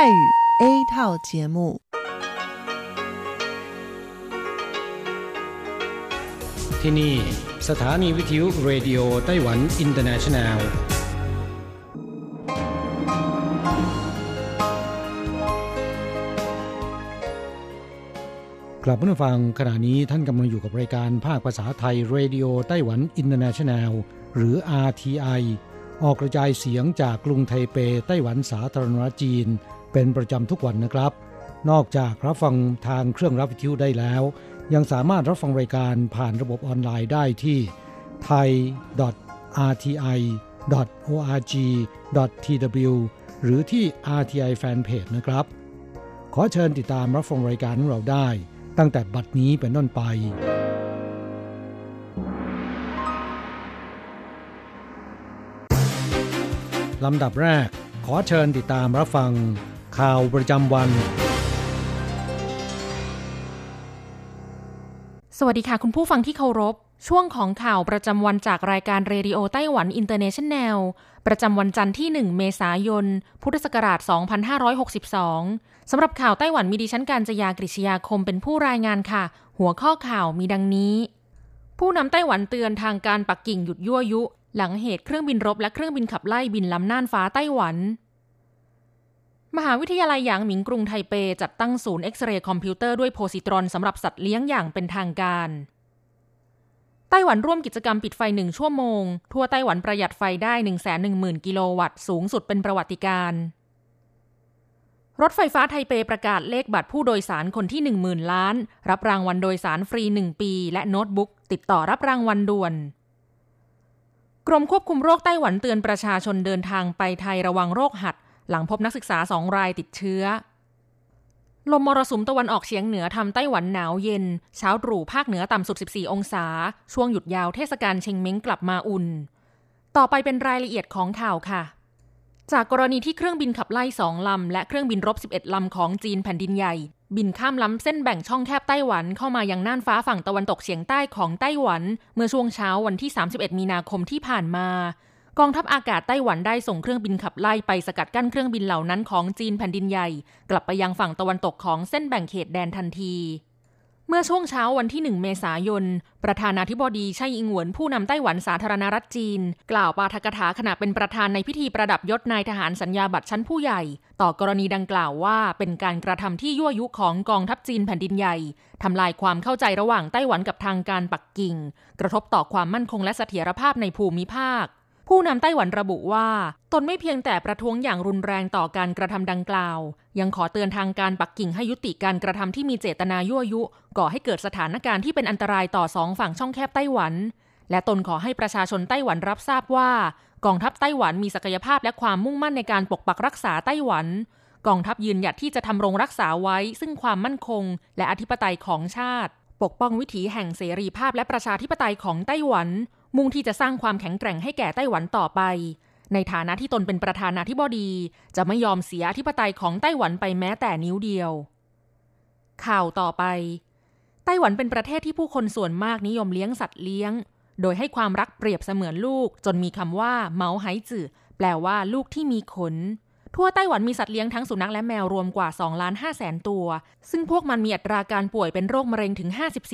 语 A 套节目ที่นี่สถานีวิทยุเรดิโอไต้หวันอินเตอร์เนชั่นแนลกลับมาฟังขณะนี้ท่านกำลังอยู่กับรายการภาคภาษาไทยเรดิโอไต้หวันอินเตอร์เนชั่นแนลหรือ RTI ออกกระจายเสียงจากกรุงไทเปไต้หวันสาธารณรัฐจีนเป็นประจำทุกวันนะครับนอกจากรับฟังทางเครื่องรับวิทยุได้แล้วยังสามารถรับฟังรายการผ่านระบบออนไลน์ได้ที่ thai.rti.org.tw หรือที่ RTI Fanpage นะครับขอเชิญติดตามรับฟังรายการของเราได้ตั้งแต่บัดนี้เป็นต้นไปลำดับแรกขอเชิญติดตามรับฟังข่าวประจำวันสวัสดีค่ะคุณผู้ฟังที่เคารพช่วงของข่าวประจำวันจากรายการเรดิโอไต้หวันอินเตอร์เนชั่นแนลประจำวันจันทร์ที่1เมษายนพุทธศักราช2562สำหรับข่าวไต้หวันมีดิฉันกัญจยากฤษยาคมเป็นผู้รายงานค่ะหัวข้อข่าวมีดังนี้ผู้นำไต้หวันเตือนทางการปักกิ่งหยุดยั่วยุหลังเหตุเครื่องบินรบและเครื่องบินขับไล่บินล้ำน่านฟ้าไต้หวันมหาวิทยาลัยหยางหมิงกรุงไทเปจัดตั้งศูนย์เอ็กซเรย์คอมพิวเตอร์ด้วยโพซิตรอนสำหรับสัตว์เลี้ยงอย่างเป็นทางการไต้หวันร่วมกิจกรรมปิดไฟ1ชั่วโมงทั่วไต้หวันประหยัดไฟได้ 110,000 กิโลวัตต์สูงสุดเป็นประวัติการณ์รถไฟฟ้าไทเปประกาศเลขบัตรผู้โดยสารคนที่ 10,000 ล้านรับรางวัลโดยสารฟรี1ปีและโน้ตบุ๊กติดต่อรับรางวัลด่วนกรมควบคุมโรคไต้หวันเตือนประชาชนเดินทางไปไทยระวังโรคหัดหลังพบนักศึกษา2 รายติดเชื้อลมมรสุมตะวันออกเฉียงเหนือทำไต้หวันหนาวเย็นเช้าตรู่ภาคเหนือต่ำสุด14องศาช่วงหยุดยาวเทศกาลเชงเม้งกลับมาอุ่นต่อไปเป็นรายละเอียดของข่าวค่ะจากกรณีที่เครื่องบินขับไล่2 ลำและเครื่องบินรบ11 ลำของจีนแผ่นดินใหญ่บินข้ามล้ำเส้นแบ่งช่องแคบไต้หวันเข้ามายังน่านฟ้าฝั่งตะวันตกเฉียงใต้ของไต้หวันเมื่อช่วงเช้าวันที่31มีนาคมที่ผ่านมากองทัพอากาศไต้หวันได้ส่งเครื่องบินขับไล่ไปสกัดกั้นเครื่องบินเหล่านั้นของจีนแผ่นดินใหญ่กลับไปยังฝั่งตะวันตกของเส้นแบ่งเขตแดนทันทีเมื่อช่วงเช้าวันที่1เมษายนประธานาธิบดีไช่อิงเหวินผู้นำไต้หวันสาธารณรัฐจีนกล่าวปาฐกถาขณะเป็นประธานในพิธีประดับยศนายทหารสัญญาบัตรชั้นผู้ใหญ่ต่อกรณีดังกล่าวว่าเป็นการกระทำที่ยั่วยุของกองทัพจีนแผ่นดินใหญ่ทำลายความเข้าใจระหว่างไต้หวันกับทางการปักกิ่งกระทบต่อความมั่นคงและเสถียรภาพในภูมิภาคผู้นำไต้หวันระบุว่าตนไม่เพียงแต่ประท้วงอย่างรุนแรงต่อการกระทำดังกล่าวยังขอเตือนทางการปักกิ่งให้ยุติการกระทำที่มีเจตนายั่วยุก่อให้เกิดสถานการณ์ที่เป็นอันตรายต่อ2 ฝั่งช่องแคบไต้หวันและตนขอให้ประชาชนไต้หวันรับทราบว่ากองทัพไต้หวันมีศักยภาพและความมุ่งมั่นในการปกปักรักษาไต้หวันกองทัพยืนหยัดที่จะทำรงรักษาไว้ซึ่งความมั่นคงและอธิปไตยของชาติปกป้องวิถีแห่งเสรีภาพและประชาธิปไตยของไต้หวันมุ่งที่จะสร้างความแข็งแกร่งให้แก่ไต้หวันต่อไปในฐานะที่ตนเป็นประธานาธิบดีจะไม่ยอมเสียอธิปไตยของไต้หวันไปแม้แต่นิ้วเดียวข่าวต่อไปไต้หวันเป็นประเทศที่ผู้คนส่วนมากนิยมเลี้ยงสัตว์เลี้ยงโดยให้ความรักเปรียบเสมือนลูกจนมีคำว่าเหมาไหจื่อแปลว่าลูกที่มีขนทั่วไต้หวันมีสัตว์เลี้ยงทั้งสุนัขและแมวรวมกว่า 2,500,000 ตัวซึ่งพวกมันมีอัตราการป่วยเป็นโรคมะเร็งถึง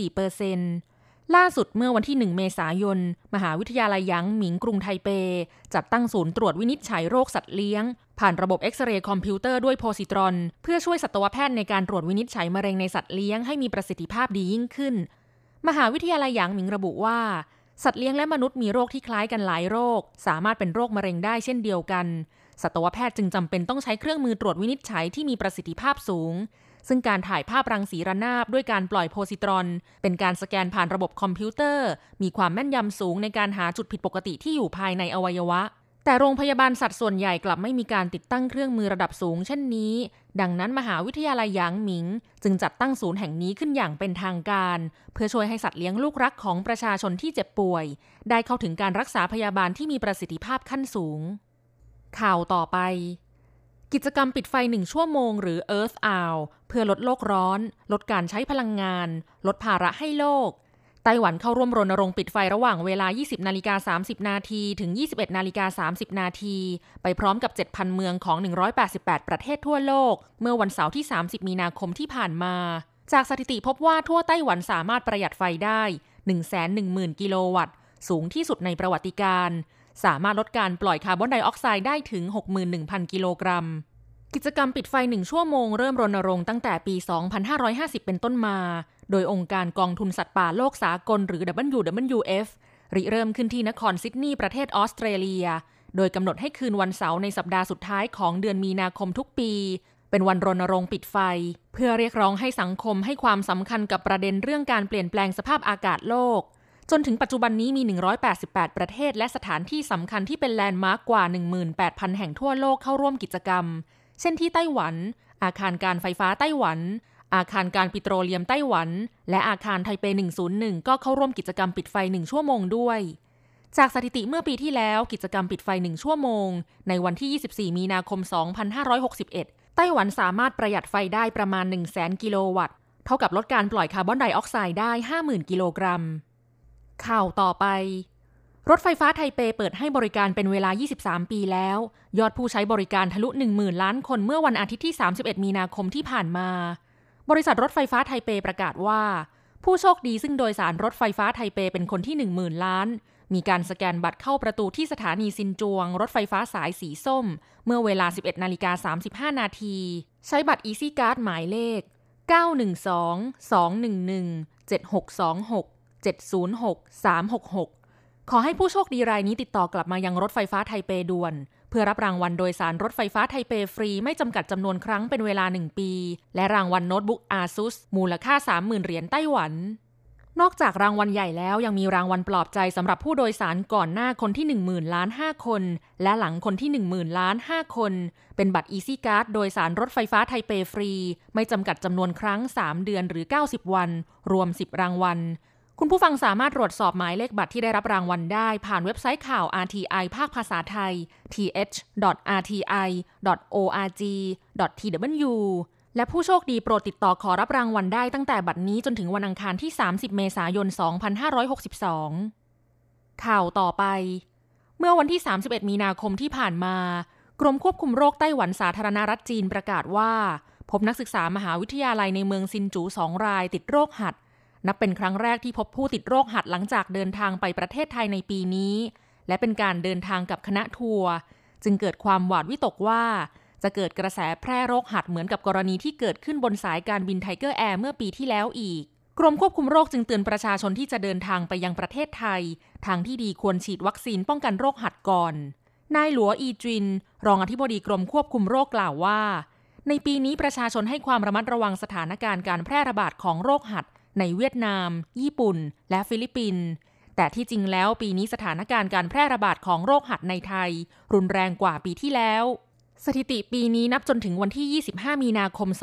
54%ล่าสุดเมื่อวันที่1เมษายนมหาวิทยาลัยหยางหมิงกรุงไทเปจัดตั้งศูนย์ตรวจวินิจฉัยโรคสัตว์เลี้ยงผ่านระบบเอ็กซเรย์คอมพิวเตอร์ด้วยโพซิตรอนเพื่อช่วยสัตวแพทย์ในการตรวจวินิจฉัยมะเร็งในสัตว์เลี้ยงให้มีประสิทธิภาพดียิ่งขึ้นมหาวิทยาลัยหยางหมิงระบุว่าสัตว์เลี้ยงและมนุษย์มีโรคที่คล้ายกันหลายโรคสามารถเป็นโรคมะเร็งได้เช่นเดียวกันสัตวแพทย์จึงจำเป็นต้องใช้เครื่องมือตรวจวินิจฉัยที่มีประสิทธิภาพสูงซึ่งการถ่ายภาพรังสีระนาบด้วยการปล่อยโพซิตรอนเป็นการสแกนผ่านระบบคอมพิวเตอร์มีความแม่นยำสูงในการหาจุดผิดปกติที่อยู่ภายในอวัยวะแต่โรงพยาบาลสัตว์ส่วนใหญ่กลับไม่มีการติดตั้งเครื่องมือระดับสูงเช่นนี้ดังนั้นมหาวิทยาลัยหยางหมิงจึงจัดตั้งศูนย์แห่งนี้ขึ้นอย่างเป็นทางการเพื่อช่วยให้สัตว์เลี้ยงลูกรักของประชาชนที่เจ็บป่วยได้เข้าถึงการรักษาพยาบาลที่มีประสิทธิภาพขั้นสูงข่าวต่อไปกิจกรรมปิดไฟ1ชั่วโมงหรือ Earth Hour เพื่อลดโลกร้อนลดการใช้พลังงานลดภาระให้โลกไต้ไต้หวันเข้าร่วมรณรงค์ปิดไฟระหว่างเวลา 20:30 น.ถึง 21:30 น.ไปพร้อมกับ 7,000 เมืองของ 188 ประเทศทั่วโลกเมื่อวันเสาร์ที่ 30 มีนาคมที่ผ่านมาจากสถิติพบว่าทั่วไต้หวันสามารถประหยัดไฟได้ 110,000 กิโลวัตต์สูงที่สุดในประวัติการสามารถลดการปล่อยคาร์บอนไดออกไซด์ได้ถึง 61,000 กิโลกรัมกิจกรรมปิดไฟ1ชั่วโมงเริ่มรณรงค์ตั้งแต่ปี 2550 เป็นต้นมาโดยองค์การกองทุนสัตว์ป่าโลกสากลหรือ WWF ริเริ่มขึ้นที่นครซิดนีย์ประเทศออสเตรเลียโดยกำหนดให้คืนวันเสาร์ในสัปดาห์สุดท้ายของเดือนมีนาคมทุกปีเป็นวันรณรงค์ปิดไฟเพื่อเรียกร้องให้สังคมให้ความสำคัญกับประเด็นเรื่องการเปลี่ยนแปลงสภาพอากาศโลกจนถึงปัจจุบันนี้มี188ประเทศและสถานที่สำคัญที่เป็นแลนด์มาร์กกว่า 18,000 แห่งทั่วโลกเข้าร่วมกิจกรรมเช่นที่ไต้หวันอาคารการไฟฟ้าไต้หวันอาคารการปิโตรเลียมไต้หวันและอาคารไทเป101ก็เข้าร่วมกิจกรรมปิดไฟ1ชั่วโมงด้วยจากสถิติเมื่อปีที่แล้วกิจกรรมปิดไฟ1ชั่วโมงในวันที่24มีนาคม2561ไต้หวันสามารถประหยัดไฟได้ประมาณ 100,000 กิโลวัตต์เท่ากับลดการปล่อยคาร์บอนไดออกไซด์ได้ 50,000 กิโลกรัมข่าวต่อไปรถไฟฟ้าไทเปเปิดให้บริการเป็นเวลา23ปีแล้วยอดผู้ใช้บริการทะลุ 10,000 ล้านคนเมื่อวันอาทิตย์ที่31มีนาคมที่ผ่านมาบริษัทรถไฟฟ้าไทเปประกาศว่าผู้โชคดีซึ่งโดยสารรถไฟฟ้าไทเปเป็นคนที่ 10,000 ล้านมีการสแกนบัตรเข้าประตูที่สถานีซินจวงรถไฟฟ้าสายสีส้มเมื่อเวลา 11:35 น.ใช้บัตร Easy Card หมายเลข 912-211-762-6-706-366 ขอให้ผู้โชคดีรายนี้ติดต่อกลับมายังรถไฟฟ้าไทเปด่วนเพื่อรับรางวัลโดยสารรถไฟฟ้าไทเปฟรีไม่จำกัดจำนวนครั้งเป็นเวลา1ปีและรางวัลโน้ตบุ๊ก ASUS มูลค่า 30,000 เหรียญไต้หวันนอกจากรางวัลใหญ่แล้วยังมีรางวัลปลอบใจสำหรับผู้โดยสารก่อนหน้าคนที่ 10,000 ล้าน 5 คนและหลังคนที่ 10,000 ล้าน 5 คนเป็นบัตร Easy Card โดยสารรถไฟฟ้าไทเปฟรีไม่จำกัดจำนวนครั้ง3เดือนหรือ90วันรวม10รางวัลคุณผู้ฟังสามารถตรวจสอบหมายเลขบัตรที่ได้รับรางวัลได้ผ่านเว็บไซต์ข่าว RTI ภาคภาษาไทย th.rti.org.tw และผู้โชคดีโปรดติดต่อขอรับรางวัลได้ตั้งแต่บัดนี้จนถึงวันอังคารที่30เมษายน2562ข่าวต่อไปเมื่อวันที่31มีนาคมที่ผ่านมากรมควบคุมโรคไต้หวันสาธารณรัฐจีนประกาศว่าพบนักศึกษามหาวิทยาลัยในเมืองซินจู2รายติดโรคหัดนับเป็นครั้งแรกที่พบผู้ติดโรคหัดหลังจากเดินทางไปประเทศไทยในปีนี้และเป็นการเดินทางกับคณะทัวร์จึงเกิดความหวาดวิตกว่าจะเกิดกระแสแพร่โรคหัดเหมือนกับกรณีที่เกิดขึ้นบนสายการบินไทเกอร์แอร์เมื่อปีที่แล้วอีกกรมควบคุมโรคจึงเตือนประชาชนที่จะเดินทางไปยังประเทศไทยทางที่ดีควรฉีดวัคซีนป้องกันโรคหัดก่อนนายหลัวอีจินรองอธิบดีกรมควบคุมโรคกล่าวว่าในปีนี้ประชาชนให้ความระมัดระวังสถานการณ์การแพร่ระบาดของโรคหัดในเวียดนามญี่ปุ่นและฟิลิปปินส์แต่ที่จริงแล้วปีนี้สถานการณ์การแพร่ระบาดของโรคหัดในไทยรุนแรงกว่าปีที่แล้วสถิติปีนี้นับจนถึงวันที่25มีนาคม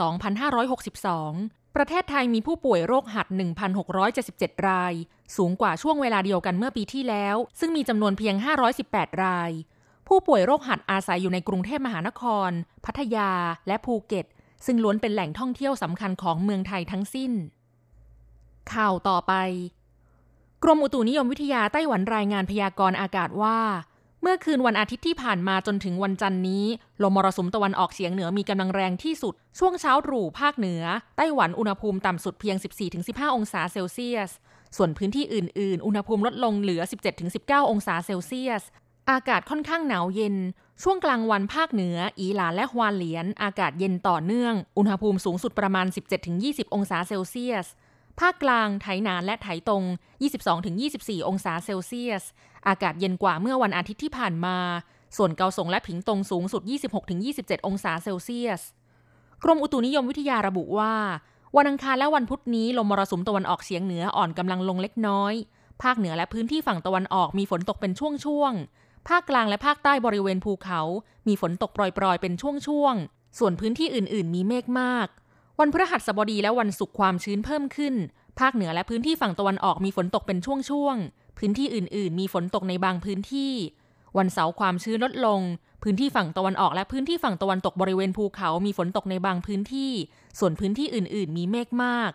2562ประเทศไทยมีผู้ป่วยโรคหัด 1,677 รายสูงกว่าช่วงเวลาเดียวกันเมื่อปีที่แล้วซึ่งมีจำนวนเพียง518รายผู้ป่วยโรคหัดอาศัยอยู่ในกรุงเทพมหานครพัทยาและภูเก็ตซึ่งล้วนเป็นแหล่งท่องเที่ยวสำคัญของเมืองไทยทั้งสิ้นข่าวต่อไปกรมอุตุนิยมวิทยาไต้หวันรายงานพยากรณ์อากาศว่าเมื่อคืนวันอาทิตย์ที่ผ่านมาจนถึงวันจันทร์นี้ลมมรสุมตะวันออกเฉียงเหนือมีกำลังแรงที่สุดช่วงเช้าตรู่ภาคเหนือไต้หวันอุณหภูมิต่ำสุดเพียง 14-15 องศาเซลเซียสส่วนพื้นที่อื่นๆอุณหภูมิลดลงเหลือ 17-19 องศาเซลเซียสอากาศค่อนข้างหนาวเย็นช่วงกลางวันภาคเหนืออีหลานและฮวาเหลียนอากาศเย็นต่อเนื่องอุณหภูมิสูงสุดประมาณ 17-20 องศาเซลเซียสภาคกลางไถหนานและไถตง 22-24 องศาเซลเซียสอากาศเย็นกว่าเมื่อวันอาทิตย์ที่ผ่านมาส่วนเกาสงและผิงตงสูงสุด 26-27 องศาเซลเซียสกรมอุตุนิยมวิทยาระบุว่าวันอังคารและวันพุธนี้ลมมรสุมตะวันออกเฉียงเหนืออ่อนกำลังลงเล็กน้อยภาคเหนือและพื้นที่ฝั่งตะวันออกมีฝนตกเป็นช่วงๆภาคกลางและภาคใต้บริเวณภูเขามีฝนตกโปรยๆเป็นช่วงๆส่วนพื้นที่อื่นๆมีเมฆมากวันพฤหัสบดีและวันศุกร์ความชื้นเพิ่มขึ้นภาคเหนือและพื้นที่ฝั่งตะวันออกมีฝนตกเป็นช่วงๆพื้นที่อื่นๆมีฝนตกในบางพื้นที่วันเสาร์ความชื้นลดลงพื้นที่ฝั่งตะวันออกและพื้นที่ฝั่งตะวันตกบริเวณภูเขามีฝนตกในบางพื้นที่ส่วนพื้นที่อื่นๆมีเมฆมาก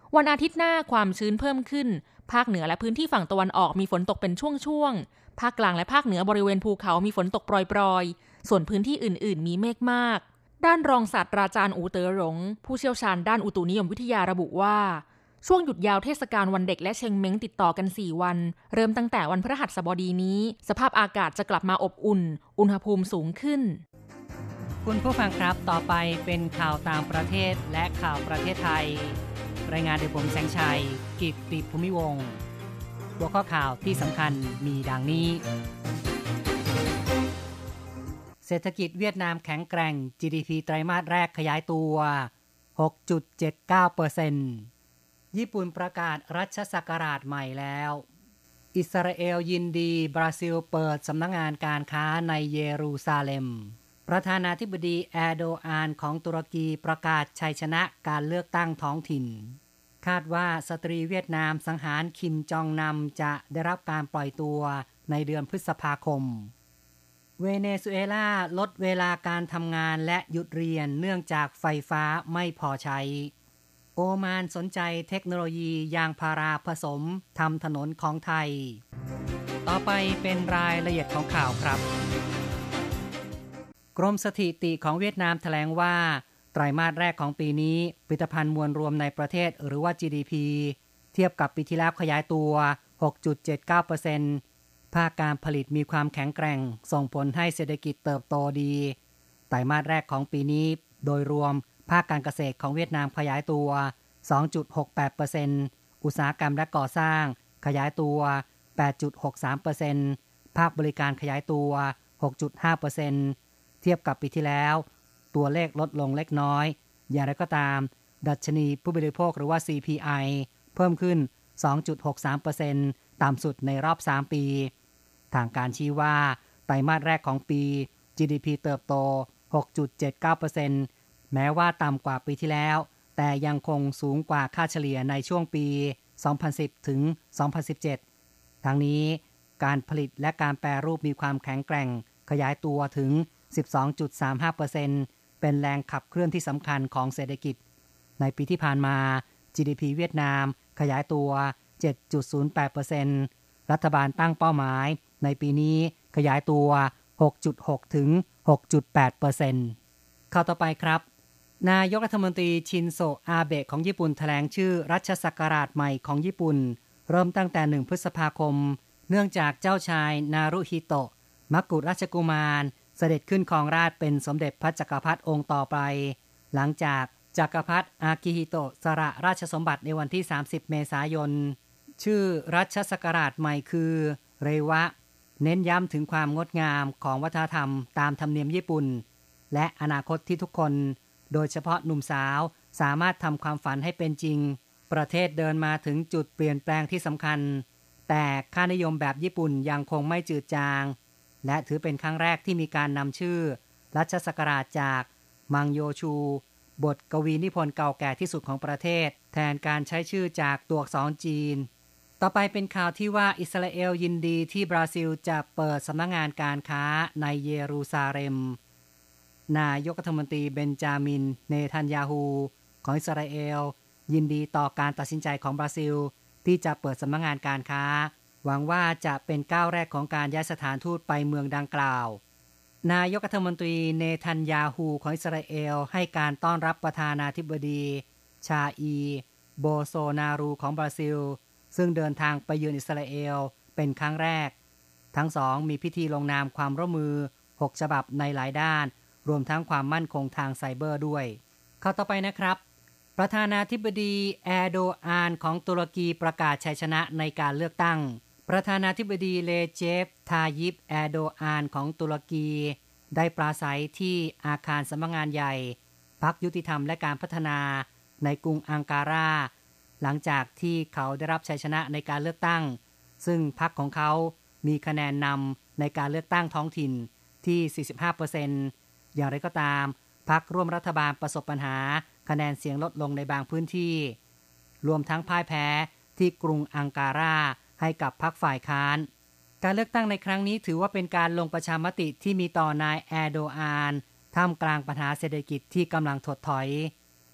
วันอาทิตย์หน้าความชื้นเพิ่มขึ้นภาคเหนือและพื้นที่ฝั่งตะวันออกมีฝนตกเป็นช่วงๆภาคกลางและภาคเหนือบริเวณภูเขามีฝนตกปรอยๆส่วนพื้นที่อื่นๆมีเมฆมากด้านรองศาสตราจารย์อูเต๋อหลงผู้เชี่ยวชาญด้านอุตุนิยมวิทยาระบุว่าช่วงหยุดยาวเทศกาลวันเด็กและเชงเม้งติดต่อกัน4วันเริ่มตั้งแต่วันพฤหัสบดีนี้สภาพอากาศจะกลับมาอบอุ่นอุณหภูมิสูงขึ้นคุณผู้ฟังครับต่อไปเป็นข่าวต่างประเทศและข่าวประเทศไทยรายงานโดยผมแสงชัยกิตติภูมิวงศ์หัวข้อข่าวที่สำคัญมีดังนี้เศรษฐกิจเวียดนามแข็งแกร่ง GDP ไตรมาสแรกขยายตัว 6.79% ญี่ปุ่นประกาศรัชศักราชใหม่แล้วอิสราเอลยินดีบราซิลเปิดสำนักงานการค้าในเยรูซาเล็มประธานาธิบดีแอร์โดอานของตุรกีประกาศชัยชนะการเลือกตั้งท้องถิ่นคาดว่าสตรีเวียดนามสังหารคิมจองนำจะได้รับการปล่อยตัวในเดือนพฤษภาคมเวเนซุเอลาลดเวลาการทำงานและหยุดเรียนเนื่องจากไฟฟ้าไม่พอใช้โอมานสนใจเทคโนโลยียางพาราผสมทำถนนของไทยต่อไปเป็นรายละเอียดของข่าวครับกรมสถิติของเวียดนามแถลงว่าไตรมาสแรกของปีนี้ผลิตภัณฑ์มวลรวมในประเทศหรือว่า GDP เทียบกับปีที่แล้วขยายตัว 6.79%ภาคการผลิตมีความแข็งแกร่งส่งผลให้เศรษฐกิจเติบโตดีไตรมาสแรกของปีนี้โดยรวมภาคการเกษตรของเวียดนามขยายตัว 2.68% อุตสาหกรรมและก่อสร้างขยายตัว 8.63% ภาคบริการขยายตัว 6.5%เทียบกับปีที่แล้วตัวเลขลดลงเล็กน้อยอย่างไรก็ตามดัชนีผู้บริโภคหรือว่า CPI เพิ่มขึ้น 2.63% ต่ำสุดในรอบ3ปีทางการชี้ว่าไตรมาสแรกของปี GDP เติบโต 6.79% แม้ว่าต่ำกว่าปีที่แล้วแต่ยังคงสูงกว่าค่าเฉลี่ยในช่วงปี 2010 ถึง 2017 ทั้งนี้การผลิตและการแปรรูปมีความแข็งแกร่งขยายตัวถึง 12.35% เป็นแรงขับเคลื่อนที่สำคัญของเศรษฐกิจในปีที่ผ่านมา GDP เวียดนามขยายตัว 7.08% รัฐบาลตั้งเป้าหมายในปีนี้ขยายตัว 6.6 ถึง 6.8% เข้าต่อไปครับนายกรัฐมนตรีชินโซอาเบะของญี่ปุ่นแถลงชื่อรัชศักราชใหม่ของญี่ปุ่นเริ่มตั้งแต่1 พฤษภาคมเนื่องจากเจ้าชายนารุฮิโตะมักกุฎราชกุมารเสด็จขึ้นครองราชย์เป็นสมเด็จพระจักรพรรดิองค์ต่อไปหลังจากจักรพรรดิอากิฮิโตะสละราชสมบัติในวันที่30 เมษายนชื่อรัชศักราชใหม่คือเรวะเน้นย้ำถึงความงดงามของวัฒนธรรมตามธรรมเนียมญี่ปุ่นและอนาคตที่ทุกคนโดยเฉพาะหนุ่มสาวสามารถทำความฝันให้เป็นจริงประเทศเดินมาถึงจุดเปลี่ยนแปลงที่สำคัญแต่ค่านิยมแบบญี่ปุ่นยังคงไม่จืดจางและถือเป็นครั้งแรกที่มีการนำชื่อรัชศักราชจากมังโยชูบทกวีนิพนธ์เก่าแก่ที่สุดของประเทศแทนการใช้ชื่อจากตัวอักษรจีนต่อไปเป็นข่าวที่ว่าอิสราเอลยินดีที่บราซิลจะเปิดสำนักงานการค้าในเยรูซาเล็มนายกรัฐมนตรีเบนจามินเนทันยาฮูของอิสราเอลยินดีต่อการตัดสินใจของบราซิลที่จะเปิดสำนักงานการค้าหวังว่าจะเป็นก้าวแรกของการย้ายสถานทูตไปเมืองดังกล่าวนายกรัฐมนตรีเนทันยาฮูของอิสราเอลให้การต้อนรับประธานาธิบดีชาอีโบโซนารูของบราซิลซึ่งเดินทางไปเยือนอิสราเอลเป็นครั้งแรกทั้งสองมีพิธีลงนามความร่วมมือ6ฉบับในหลายด้านรวมทั้งความมั่นคงทางไซเบอร์ด้วยเข้าต่อไปนะครับประธานาธิบดีแอร์โดอานของตุรกีประกาศชัยชนะในการเลือกตั้งประธานาธิบดีเลเจฟทายิปแอร์โดอานของตุรกีได้ปราศัยที่อาคารสำนักงานใหญ่พรรคยุติธรรมและการพัฒนาในกรุงอังการาหลังจากที่เขาได้รับชัยชนะในการเลือกตั้งซึ่งพรรคของเขามีคะแนนนำในการเลือกตั้งท้องถิ่นที่ 45% อย่างไรก็ตามพรรคร่วมรัฐบาลประสบปัญหาคะแนนเสียงลดลงในบางพื้นที่รวมทั้งพ่ายแพ้ที่กรุงอังการาให้กับพรรคฝ่ายค้านการเลือกตั้งในครั้งนี้ถือว่าเป็นการลงประชามติที่มีต่อนายแอร์โดอานท่ามกลางปัญหาเศรษฐกิจที่กำลังถดถอย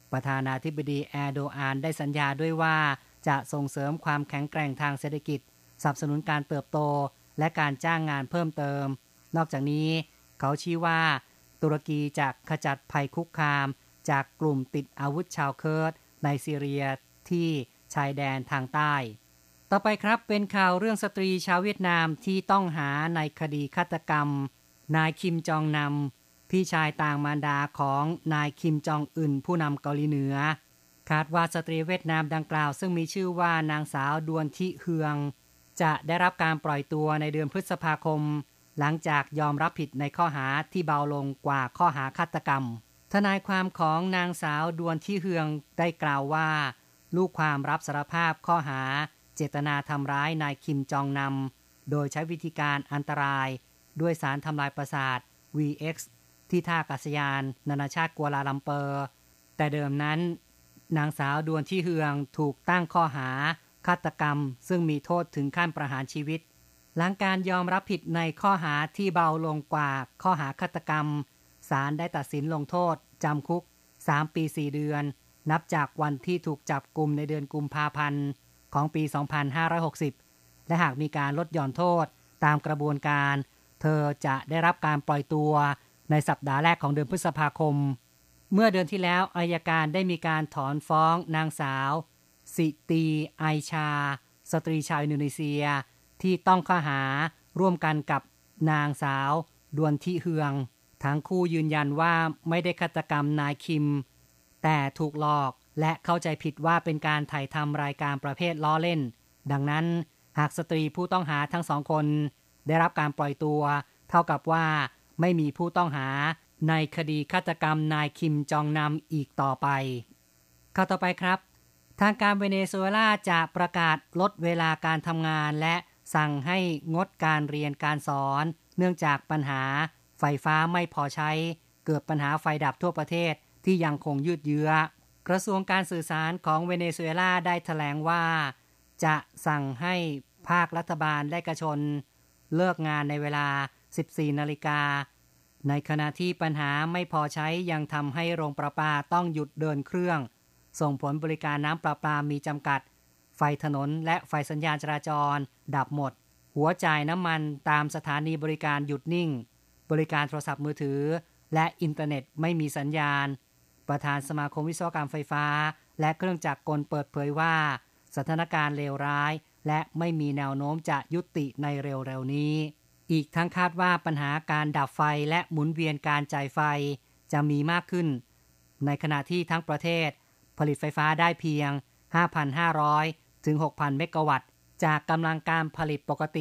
ประธานาธิบดีแอร์โดอานได้สัญญาด้วยว่าจะส่งเสริมความแข็งแกร่งทางเศรษฐกิจสนับสนุนการเติบโตและการจ้างงานเพิ่มเติมนอกจากนี้เขาชี้ว่าตุรกีจะขจัดภัยคุกคามจากกลุ่มติดอาวุธชาวเคิร์ดในซีเรียที่ชายแดนทางใต้ต่อไปครับเป็นข่าวเรื่องสตรีชาวเวียดนามที่ต้องหาในคดีฆาตกรรมนายคิมจองนำพี่ชายต่างมารดาของนายคิมจองอึนผู้นำเกาหลีเหนือคาดว่าสตรีเวียดนามดังกล่าวซึ่งมีชื่อว่านางสาวดวนทิเฮืองจะได้รับการปล่อยตัวในเดือนพฤษภาคมหลังจากยอมรับผิดในข้อหาที่เบาลงกว่าข้อหาฆาตกรรมทนายความของนางสาวดวนทิเฮืองได้กล่าวว่าลูกความรับสารภาพข้อหาเจตนาทำร้ายนายคิมจองนำโดยใช้วิธีการอันตรายด้วยสารทำลายประสาท VX ที่ท่าอากาศยานนานาชาติกัวลาลัมเปอร์แต่เดิมนั้นนางสาวดวนทิเฮืองถูกตั้งข้อหาฆาตกรรมซึ่งมีโทษถึงขั้นประหารชีวิตหลังการยอมรับผิดในข้อหาที่เบาลงกว่าข้อหาฆาตกรรมศาลได้ตัดสินลงโทษจำคุก3 ปี 4 เดือนนับจากวันที่ถูกจับกุมในเดือนกุมภาพันธ์ของปี 2560 และหากมีการลดหย่อนโทษตามกระบวนการเธอจะได้รับการปล่อยตัวในสัปดาห์แรกของเดือนพฤษภาคมเมื่อเดือนที่แล้วอัยการได้มีการถอนฟ้องนางสาวสิตีไอชาสตรีชาวอินโดนีเซียที่ต้องข้อหาร่วมกันกับนางสาวดวนทิเฮืองทั้งคู่ยืนยันว่าไม่ได้ฆาตกรรมนายคิมแต่ถูกหลอกและเข้าใจผิดว่าเป็นการถ่ายทำรายการประเภทล้อเล่นดังนั้นหากสตรีผู้ต้องหาทั้ง2 คนได้รับการปล่อยตัวเท่ากับว่าไม่มีผู้ต้องหาในคดีฆาตกรรมนายคิมจองนำอีกต่อไปข่าวต่อไปครับทางการเวเนซุเอลาจะประกาศลดเวลาการทำงานและสั่งให้งดการเรียนการสอนเนื่องจากปัญหาไฟฟ้าไม่พอใช้เกิดปัญหาไฟดับทั่วประเทศที่ยังคงยืดเยื้อกระทรวงการสื่อสารของเวเนซุเอลาได้แถลงว่าจะสั่งให้ภาครัฐบาลและเอกชนเลิกงานในเวลา 14 นาฬิกาในขณะที่ปัญหาไม่พอใช้ยังทำให้โรงประปาต้องหยุดเดินเครื่องส่งผลบริการน้ำประปามีจำกัดไฟถนนและไฟสัญญาณจราจรดับหมดหัวจ่ายน้ำมันตามสถานีบริการหยุดนิ่งบริการโทรศัพท์มือถือและอินเทอร์เน็ตไม่มีสัญญาณประธานสมาคมวิศวกรรมไฟฟ้าและเครื่องจักรกลเปิดเผยว่าสถานการณ์เลวร้ายและไม่มีแนวโน้มจะยุติในเร็วๆนี้อีกทั้งคาดว่าปัญหาการดับไฟและหมุนเวียนการจ่ายไฟจะมีมากขึ้นในขณะที่ทั้งประเทศผลิตไฟฟ้าได้เพียง 5,500 ถึง 6,000 เมกะวัตต์จากกำลังการผลิตปกติ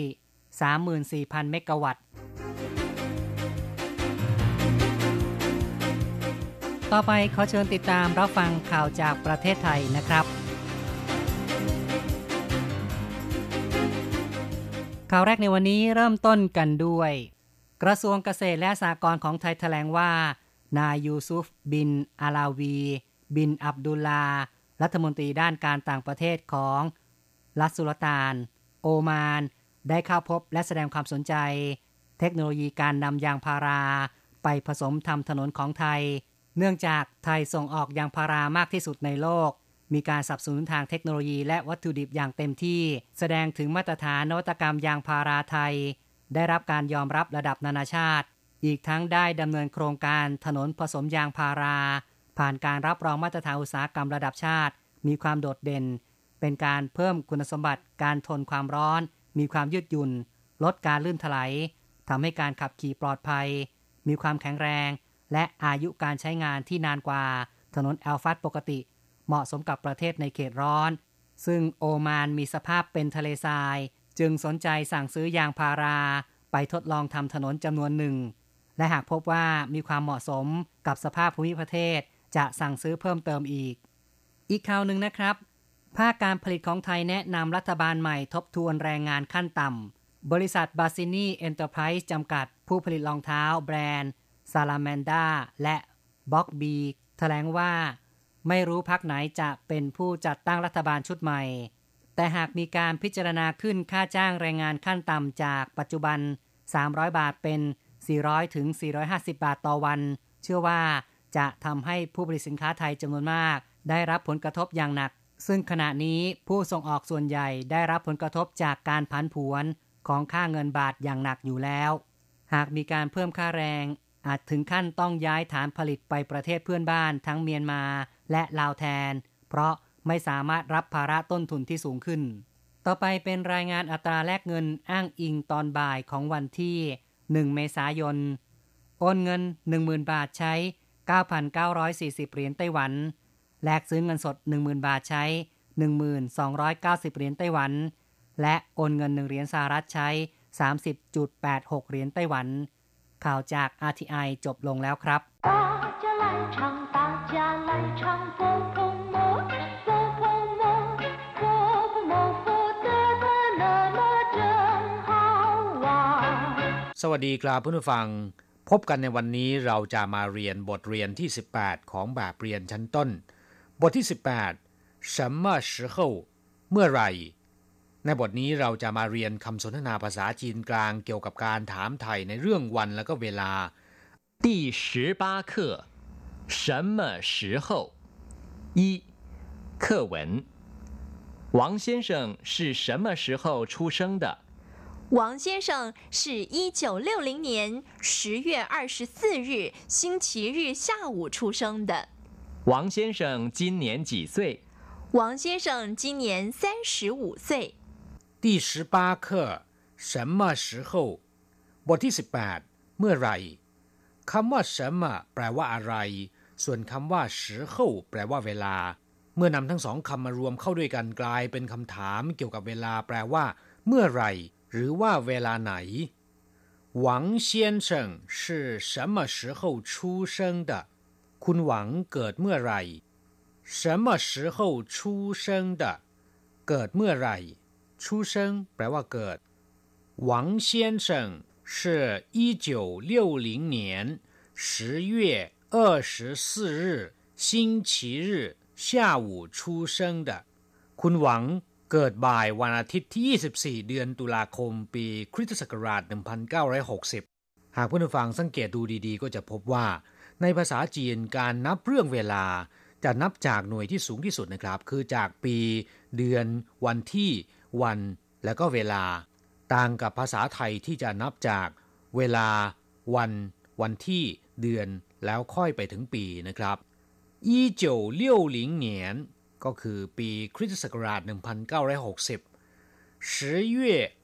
34,000 เมกะวัตต์ต่อไปขอเชิญติดตามรับฟังข่าวจากประเทศไทยนะครับข่าวแรกในวันนี้เริ่มต้นกันด้วยกระทรวงเกษตรและสหกรณ์ของไทยแถลงว่านายยูซุฟบินอาลาวีบินอับดุลลารัฐมนตรีด้านการต่างประเทศของรัฐสุลต่านโอมานได้เข้าพบและแสดงความสนใจเทคโนโลยีการนำยางพาราไปผสมทำถนนของไทยเนื่องจากไทยส่งออกยางพารามากที่สุดในโลกมีการสนับสนุนทางเทคโนโลยีและวัตถุดิบอย่างเต็มที่แสดงถึงมาตรฐานนวัตกรรมยางพาราไทยได้รับการยอมรับระดับนานาชาติอีกทั้งได้ดำเนินโครงการถนนผสมยางพาราผ่านการรับรองมาตรฐานอุตสาหกรรมระดับชาติมีความโดดเด่นเป็นการเพิ่มคุณสมบัติการทนความร้อนมีความยืดหยุ่นลดการลื่นถลายทำให้การขับขี่ปลอดภัยมีความแข็งแรงและอายุการใช้งานที่นานกว่าถนนแอลฟัสปกติเหมาะสมกับประเทศในเขตร้อนซึ่งโอมานมีสภาพเป็นทะเลทรายจึงสนใจสั่งซื้อยางพาราไปทดลองทำถนนจำนวนหนึ่งและหากพบว่ามีความเหมาะสมกับสภาพภูมิประเทศจะสั่งซื้อเพิ่มเติมอีกข่าวหนึ่งนะครับภาคการผลิตของไทยแนะนำรัฐบาลใหม่ทบทวนแรงงานขั้นต่ำบริษัทบาซินีเอ็นเตอร์ไพรส์จำกัดผู้ผลิตรองเท้าแบรนด์ซาลาแมนดาและบ็อกบีแถลงว่าไม่รู้พรรคไหนจะเป็นผู้จัดตั้งรัฐบาลชุดใหม่แต่หากมีการพิจารณาขึ้นค่าจ้างแรงงานขั้นต่ำจากปัจจุบัน300 บาทเป็น400 ถึง 450 บาทต่อวันเชื่อว่าจะทำให้ผู้ผลิตสินค้าไทยจำนวนมากได้รับผลกระทบอย่างหนักซึ่งขณะนี้ผู้ส่งออกส่วนใหญ่ได้รับผลกระทบจากการผันผวนของค่าเงินบาทอย่างหนักอยู่แล้วหากมีการเพิ่มค่าแรงอาจถึงขั้นต้องย้ายฐานผลิตไปประเทศเพื่อนบ้านทั้งเมียนมาและลาวแทนเพราะไม่สามารถรับภาระต้นทุนที่สูงขึ้นต่อไปเป็นรายงานอัตราแลกเงินอ้างอิงตอนบ่ายของวันที่1เมษายนโอนเงิน 10,000 บาทใช้ 9,940 เหรียญไต้หวันแลกซื้อเงินสด 10,000 บาทใช้ 1,290 เหรียญไต้หวันและโอนเงิน1เหรียญสหรัฐใช้ 30.86 เหรียญไต้หวันข่าวจาก RTI จบลงแล้วครับสวัสดีครับผู้ฟังพบกันในวันนี้เราจะมาเรียนบทเรียนที่18ของแบบเรียนชั้นต้นบทที่18什么时候เมื่อไหร่ในบทนี้เราจะมาเรียนคำสนทนาภาษาจีนกลางเกี่ยวกับการถามไถ่ในเรื่องวันและก็เวลา第18课什么时候一课文王先生是什么时候出生的王先生是1960年10月24日星期日下午出生的。 王先生今年几岁？ 王先生今年35岁。 第18课什么时候บทที่18เมื่อไหร่คำว่า什么แปลว่าอะไรส่วนคำว่า时候แปลว่าเวลาเมื่อนำทั้งสองคำมารวมเข้าด้วยกันกลายเป็นคำถามเกี่ยวกับเวลาแปลว่าเมื่อไหร่หรือว่าเวลาไหนหวัง先生是什么时候出生的คุณหวังเกิดเมื่อไหร่什么时候出生的เกิดเมื่อไหร่出生แปลว่าเกิดหวัง先生是1960年10月24日星期日下午出生的คุณหวังเกิดบ่ายวันอาทิตย์ที่24เดือนตุลาคมปีคริสตศักราช1960หากผู้ฟังสังเกตดูดีๆก็จะพบว่าในภาษาจีนการนับเรื่องเวลาจะนับจากหน่วยที่สูงที่สุดนะครับคือจากปีเดือนวันที่วันและก็เวลาต่างกับภาษาไทยที่จะนับจากเวลาวันที่เดือนแล้วค่อยไปถึงปีนะครับ1960年ก็คือปีคริสตศักราช1960 10月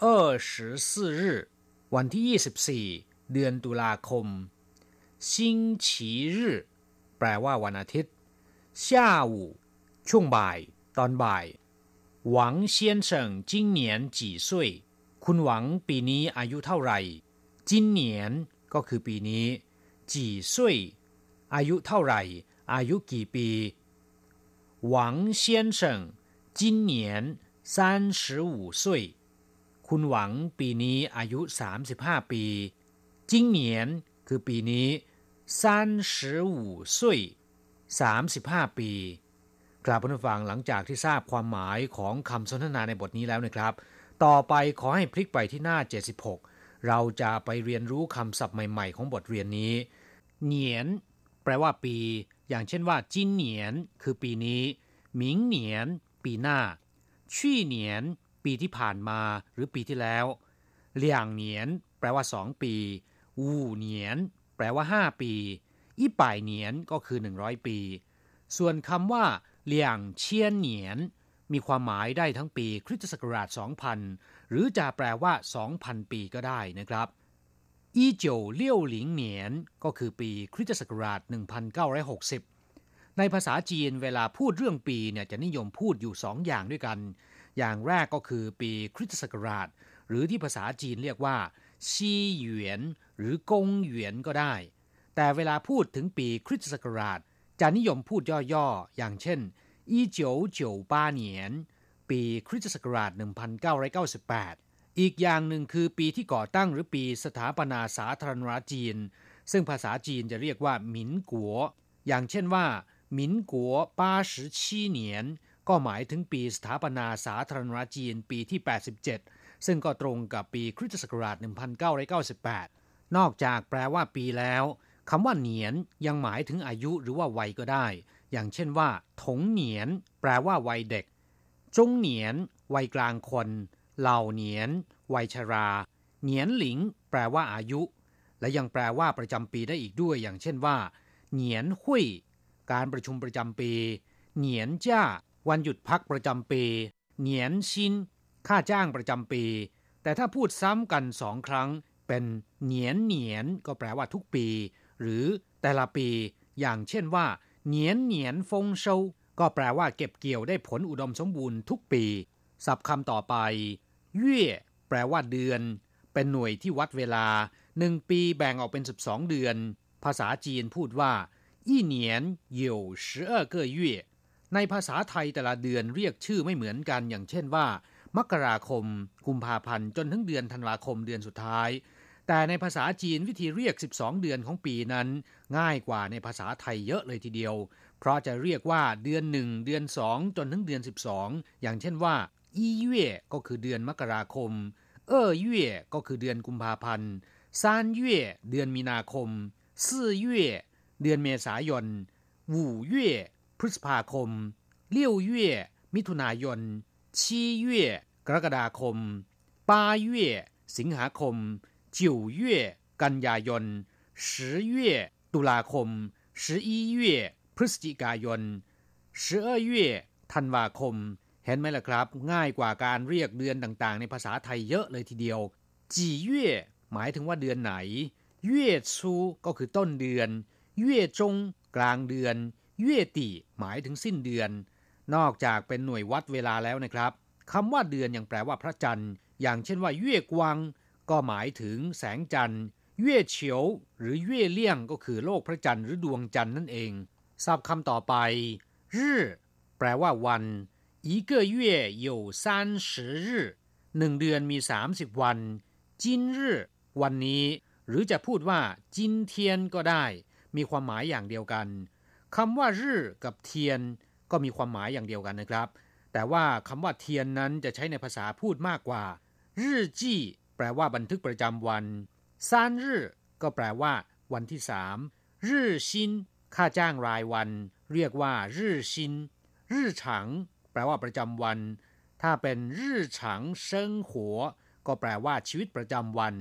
24日วันที่24เดือนตุลาคม星期日แปลว่าวันอาทิตย์下午ช่วงบ่ายตอนบ่ายหวัง先生今年几岁คุณหวังปีนี้อายุเท่าไหร่今年ก็คือปีนี้几岁อายุเท่าไหร่อายุกี่ปีหวัง先生今年35岁คุณหวังปีนี้อายุ35ปี今年คือปีนี้35岁35ปีครับผู้ฟังหลังจากที่ทราบความหมายของคำสนทนาในบทนี้แล้วนะครับต่อไปขอให้พลิกไปที่หน้า76เราจะไปเรียนรู้คำศัพท์ใหม่ๆของบทเรียนนี้เหนียนแปลว่าปีอย่างเช่นว่าจิ้นเหนียนคือปีนี้หมิงเหนียนปีหน้าชี่เหนียนปีที่ผ่านมาหรือปีที่แล้วเหลี่ยงเหนียนแปลว่า2ปีวูเหนียนแปลว่า5ปีอีป่ายเหนียนก็คือ100ปีส่วนคำว่าเหลี่ยงเชียนเหนียนมีความหมายได้ทั้งปีคริสตศักราช 2000 หรือจะแปลว่า 2,000 ปีก็ได้นะครับ1960年ก็คือปีคริสตศักราช 1960 ในภาษาจีนเวลาพูดเรื่องปีเนี่ยจะนิยมพูดอยู่2อย่างด้วยกันอย่างแรกก็คือปีคริสตศักราชหรือที่ภาษาจีนเรียกว่าซีเหวียนหรือกงเหวียนก็ได้แต่เวลาพูดถึงปีคริสตศักราชจะนิยมพูดย่อๆอย่างเช่น1998年ปีคริสตศักราช 1998อีกอย่างหนึ่งคือปีที่ก่อตั้งหรือปีสถาปนาสาธารณรัฐจีนซึ่งภาษาจีนจะเรียกว่าหมินกัวอย่างเช่นว่าหมินกัว87年ก็หมายถึงปีสถาปนาสาธารณรัฐจีนปีที่87ซึ่งก็ตรงกับปีคริสตศักราช 1998นอกจากแปลว่าปีแล้วคำว่าเหนียนยังหมายถึงอายุหรือว่าวัยก็ได้อย่างเช่นว่าถงเหนียนแปลว่าวัยเด็กจงเหนียนวัยกลางคนเหล่าเหนียนวัยชราเหนียนหลิงแปลว่าอายุและยังแปลว่าประจำปีได้อีกด้วยอย่างเช่นว่าเหนียนหุยการประชุมประจำปีเหนียนจ้าวันหยุดพักประจำปีเหนียนชินค่าจ้างประจำปีแต่ถ้าพูดซ้ำกัน2 ครั้งเป็นเหนียนเหนียนก็แปลว่าทุกปีหรือแต่ละปีอย่างเช่นว่าเหนียนเหนียนฟงเซาก็แปลว่าเก็บเกี่ยวได้ผลอุดมสมบูรณ์ทุกปีศัพท์คำต่อไปเย่แปลว่าเดือนเป็นหน่วยที่วัดเวลา1 ปีแบ่งออกเป็น12 เดือนภาษาจีนพูดว่า一年有12个月ในภาษาไทยแต่ละเดือนเรียกชื่อไม่เหมือนกันอย่างเช่นว่ามกราคมกุมภาพันธ์จนถึงเดือนธันวาคมเดือนสุดท้ายแต่ในภาษาจีนวิธีเรียก12 เดือนของปีนั้นง่ายกว่าในภาษาไทยเยอะเลยทีเดียวเพราะจะเรียกว่าเดือน1เดือน2จนถึงเดือน12อย่างเช่นว่าอีเย่ก็คือเดือนมกราคมเเย่ก็คือเดือนกุมภาพันธ์3เย่เดือนมีนาคม4เย่เดือนเมษายน5เย่พฤษภาคม6เย่มิถุนายน7เย่กรกฎาคม8เย่สิงหาคม9เย่กันยายน10เย่ตุลาคม11เย่พฤศจิกายน12เย่ธันวาคมเห็นไหมล่ะครับง่ายกว่าการเรียกเดือนต่างๆในภาษาไทยเยอะเลยทีเดียวจีเย่หมายถึงว่าเดือนไหนเย่ชูก็คือต้นเดือนเย่จงกลางเดือนเย่ติหมายถึงสิ้นเดือนนอกจากเป็นหน่วยวัดเวลาแล้วนะครับคำว่าเดือนยังแปลว่าพระจันทร์อย่างเช่นว่าเย่กวางก็หมายถึงแสงจันทร์เย่เฉียวหรือเย่เลี่ยงก็คือโลกพระจันทร์หรือดวงจันทร์นั่นเองศัพท์คำต่อไปรื่อแปลว่าวัน一个月有30日1 เดือนมี30 วันจินรื่อวันนี้หรือจะพูดว่าจินเทียนก็ได้มีความหมายอย่างเดียวกันคำว่ารื่อกับเทียนก็มีความหมายอย่างเดียวกันนะครับแต่ว่าคำว่าเทียนนั้นจะใช้ในภาษาพูดมากกว่ารื่อจี้แปลว่าบันทึกประจำวันซานรื่อก็แปลว่าวันที่3รื่อชินค่าจ้างรายวันเรียกว่ารื่อชินรื่อฉังแปลว่าประจำวันถ้าเป็นรื่อฉังเซิงหัวก็แปลว่าชีวิตประจำวัน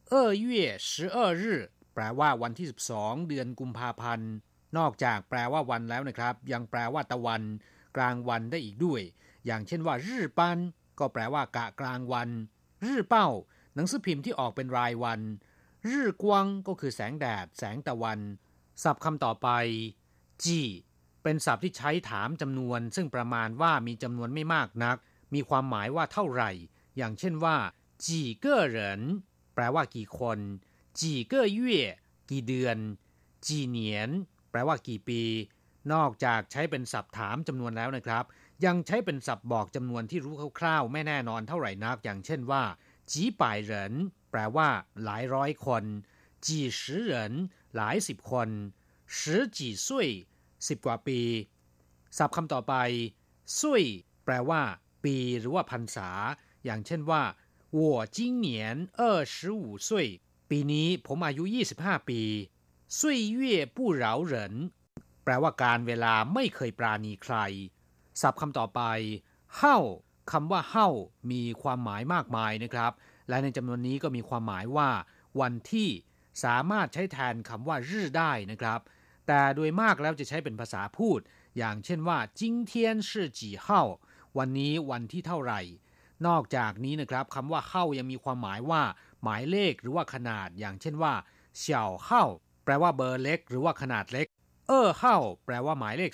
2เย่12รื่อแปลว่าวันที่12เดือนกุมภาพันธ์นอกจากแปลว่าวันแล้วนะครับยังแปลว่าตะวันกลางวันได้อีกด้วยอย่างเช่นว่ารื่อปันก็แปลว่ากะกลางวันรื่อเป้าหนังสือพิมพ์ที่ออกเป็นรายวันรื่อกวางก็คือแสงแดดแสงตะวันศัพท์คำต่อไปจีเป็นศัพท์ที่ใช้ถามจำนวนซึ่งประมาณว่ามีจำนวนไม่มากนักมีความหมายว่าเท่าไหร่อย่างเช่นว่าจีเก้อเหรินแปลว่ากี่คนจีเก้อเย่กี่เดือนจีเหนียนแปลว่ากี่ปีนอกจากใช้เป็นศัพท์ถามจำนวนแล้วนะครับยังใช้เป็นศัพท์บอกจำนวนที่รู้คร่าวๆไม่แน่นอนเท่าไหร่นักอย่างเช่นว่าจีป่ายเหรินแปลว่าหลายร้อยคนจีสิเหรินหลาย10 คน10几岁10 กว่าปีศัพท์คำต่อไปซุยแปลว่าปีหรือว่าพรรษาอย่างเช่นว่า我今年25岁ปีนี้ผมอายุ25 ปี岁月不饶人แปลว่าการเวลาไม่เคยปราณีใครศัพท์คำต่อไปเฮ้าคำว่าเฮ้ามีความหมายมากมายนะครับและในจำนวนนี้ก็มีความหมายว่าวันที่สามารถใช้แทนคำว่ารื่อได้นะครับแต่โดยมากแล้วจะใช้เป็นภาษาพูดอย่างเช่นว่า今天是几号วันนี้วันที่เท่าไหร่นอกจากนี้นะครับคำว่าเฮ้ายังมีความหมายว่าหมายเลขหรือว่าขนาดอย่างเช่นว่าเสี่ยวเฮ้าแปลว่าเบอร์เล็กหรือว่าขนาดเล็กเฮ้าแปลว่าหมายเลข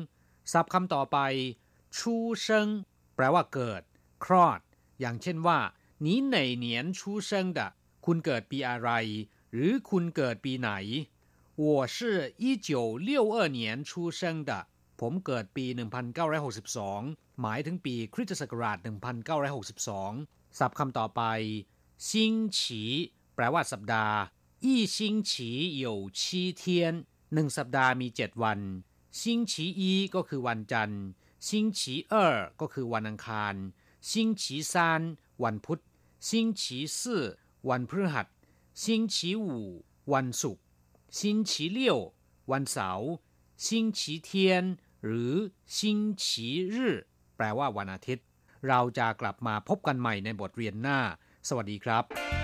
2ศัพท์คำต่อไปชูเซิงแปลว่าเกิดคลอดอย่างเช่นว่า你哪年出生的คุณเกิดปีอะไรหรือคุณเกิดปีไหน我是1962年出生的ผมเกิดปี1962หมายถึงปีคริสตศักราช1962ศัพท์คำต่อไปซิงฉีแปลว่าสัปดาห์อีซิงฉี有7天1 สัปดาห์มี7 วันซิงฉีอีก็คือวันจันทร์ซิงฉี2ก็คือวันอังคารซิงฉี3วันพุธซิงฉี4วันพฤหัสซิงฉี5วันศุกร์星期六วันเสาร์星期天หรือ星期日แปลว่าวันอาทิตย์เราจะกลับมาพบกันใหม่ในบทเรียนหน้าสวัสดีครับ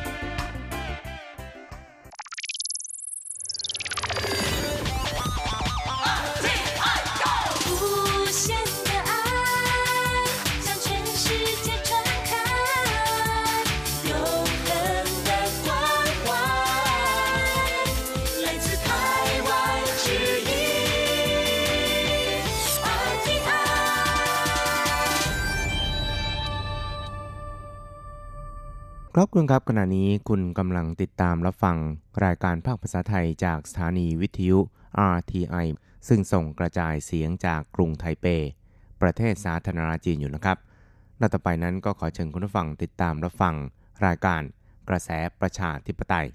ครับคุณครับขณะนี้คุณกำลังติดตามรับฟังรายการภาคภาษาไทยจากสถานีวิทยุ RTI ซึ่งส่งกระจายเสียงจากกรุงไทเปประเทศสาธารณรัฐจีนอยู่นะครับและต่อไปนั้นก็ขอเชิญคุณผู้ฟังติดตามรับฟังรายการกระแสประชาธิปไตย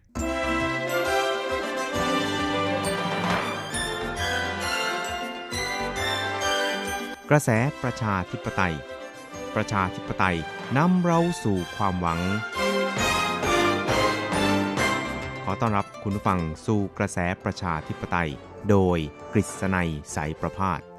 กระแสประชาธิปไตยประชาธิปไตยนำเราสู่ความหวังขอต้อนรับคุณผู้ฟังสู่กระแสประชาธิปไตยโดยกฤษณัยสายประภาส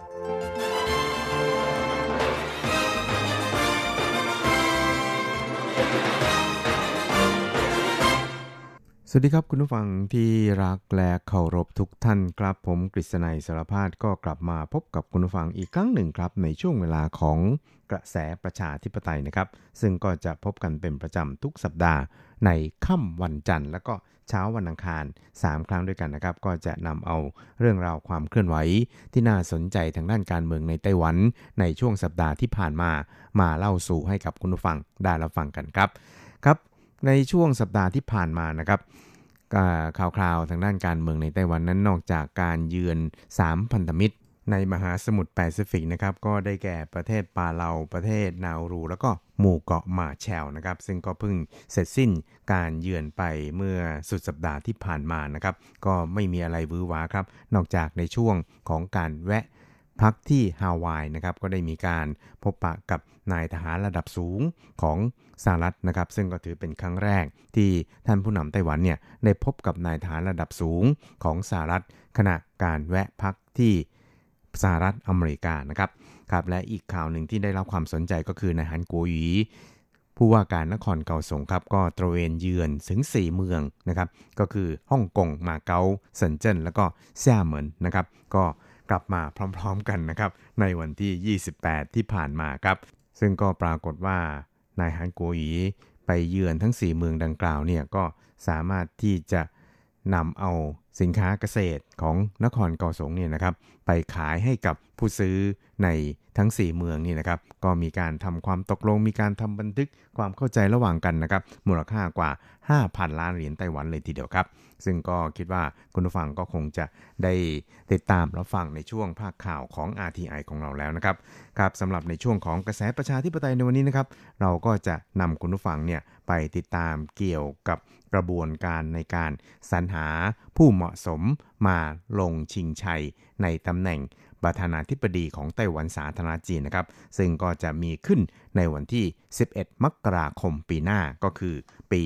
สวัสดีครับคุณผู้ฟังที่รักและเคารพทุกท่านครับผมกฤษณัยสารพาสก็กลับมาพบกับคุณผู้ฟังอีกครั้งหนึ่งครับในช่วงเวลาของกระแสประชาธิปไตยนะครับซึ่งก็จะพบกันเป็นประจำทุกสัปดาห์ในค่ำวันจันทร์และก็เช้าวันอังคาร3ครั้งด้วยกันนะครับก็จะนำเอาเรื่องราวความเคลื่อนไหวที่น่าสนใจทางด้านการเมืองในไต้หวันในช่วงสัปดาห์ที่ผ่านมาเล่าสู่ให้กับคุณผู้ฟังได้รับฟังกันครับในช่วงสัปดาห์ที่ผ่านมานะครับข่าวคราวทางด้านการเมืองในไต้หวันนั้นนอกจากการเยือน3พันธมิตรในมหาสมุทรแปซิฟิกนะครับก็ได้แก่ประเทศปาเลาประเทศนาอูรูแล้วก็หมู่เกาะหม่าแชวนะครับซึ่งก็เพิ่งเสร็จสิ้นการเยือนไปเมื่อสุดสัปดาห์ที่ผ่านมานะครับก็ไม่มีอะไรวื้อหวาครับนอกจากในช่วงของการแวะพักที่ฮาวายนะครับก็ได้มีการพบปะกับนายทหารระดับสูงของสหรัฐนะครับซึ่งก็ถือเป็นครั้งแรกที่ท่านผู้นำไต้หวันเนี่ยได้พบกับนายทหารระดับสูงของสหรัฐขณะการแวะพักที่สหรัฐอเมริกานะครับและอีกข่าวหนึ่งที่ได้รับความสนใจก็คือนายฮันกัวหยีผู้ว่าการนครเกาสงครับก็ตระเวนเยือนถึง4เมืองนะครับก็คือฮ่องกงมาเก๊าเซินเจิ้นแล้วก็แซ่เหมินนะครับก็กลับมาพร้อมๆกันนะครับในวันที่28ที่ผ่านมาครับซึ่งก็ปรากฏว่านายฮันกัวหยีไปเยือนทั้ง4เมืองดังกล่าวเนี่ยก็สามารถที่จะนำเอาสินค้าเกษตรของนครเกาสงเนี่ยนะครับไปขายให้กับผู้ซื้อในทั้ง4เมืองนี่นะครับก็มีการทำความตกลงมีการทำบันทึกความเข้าใจระหว่างกันนะครับมูลค่ากว่า 5,000 ล้านเหรียญไต้หวันเลยทีเดียวครับซึ่งก็คิดว่าคุณผู้ฟังก็คงจะได้ติดตามรับฟังในช่วงภาคข่าวของ RTI ของเราแล้วนะครับสำหรับในช่วงของกระแสประชาธิปไตยในวันนี้นะครับเราก็จะนำคุณผู้ฟังเนี่ยไปติดตามเกี่ยวกับกระบวนการในการสรรหาผู้เหมาะสมมาลงชิงชัยในตำแหน่งประธานาธิบดีของไต้หวันสาธารณรัฐจีนนะครับซึ่งก็จะมีขึ้นในวันที่11มกราคมปีหน้าก็คือปี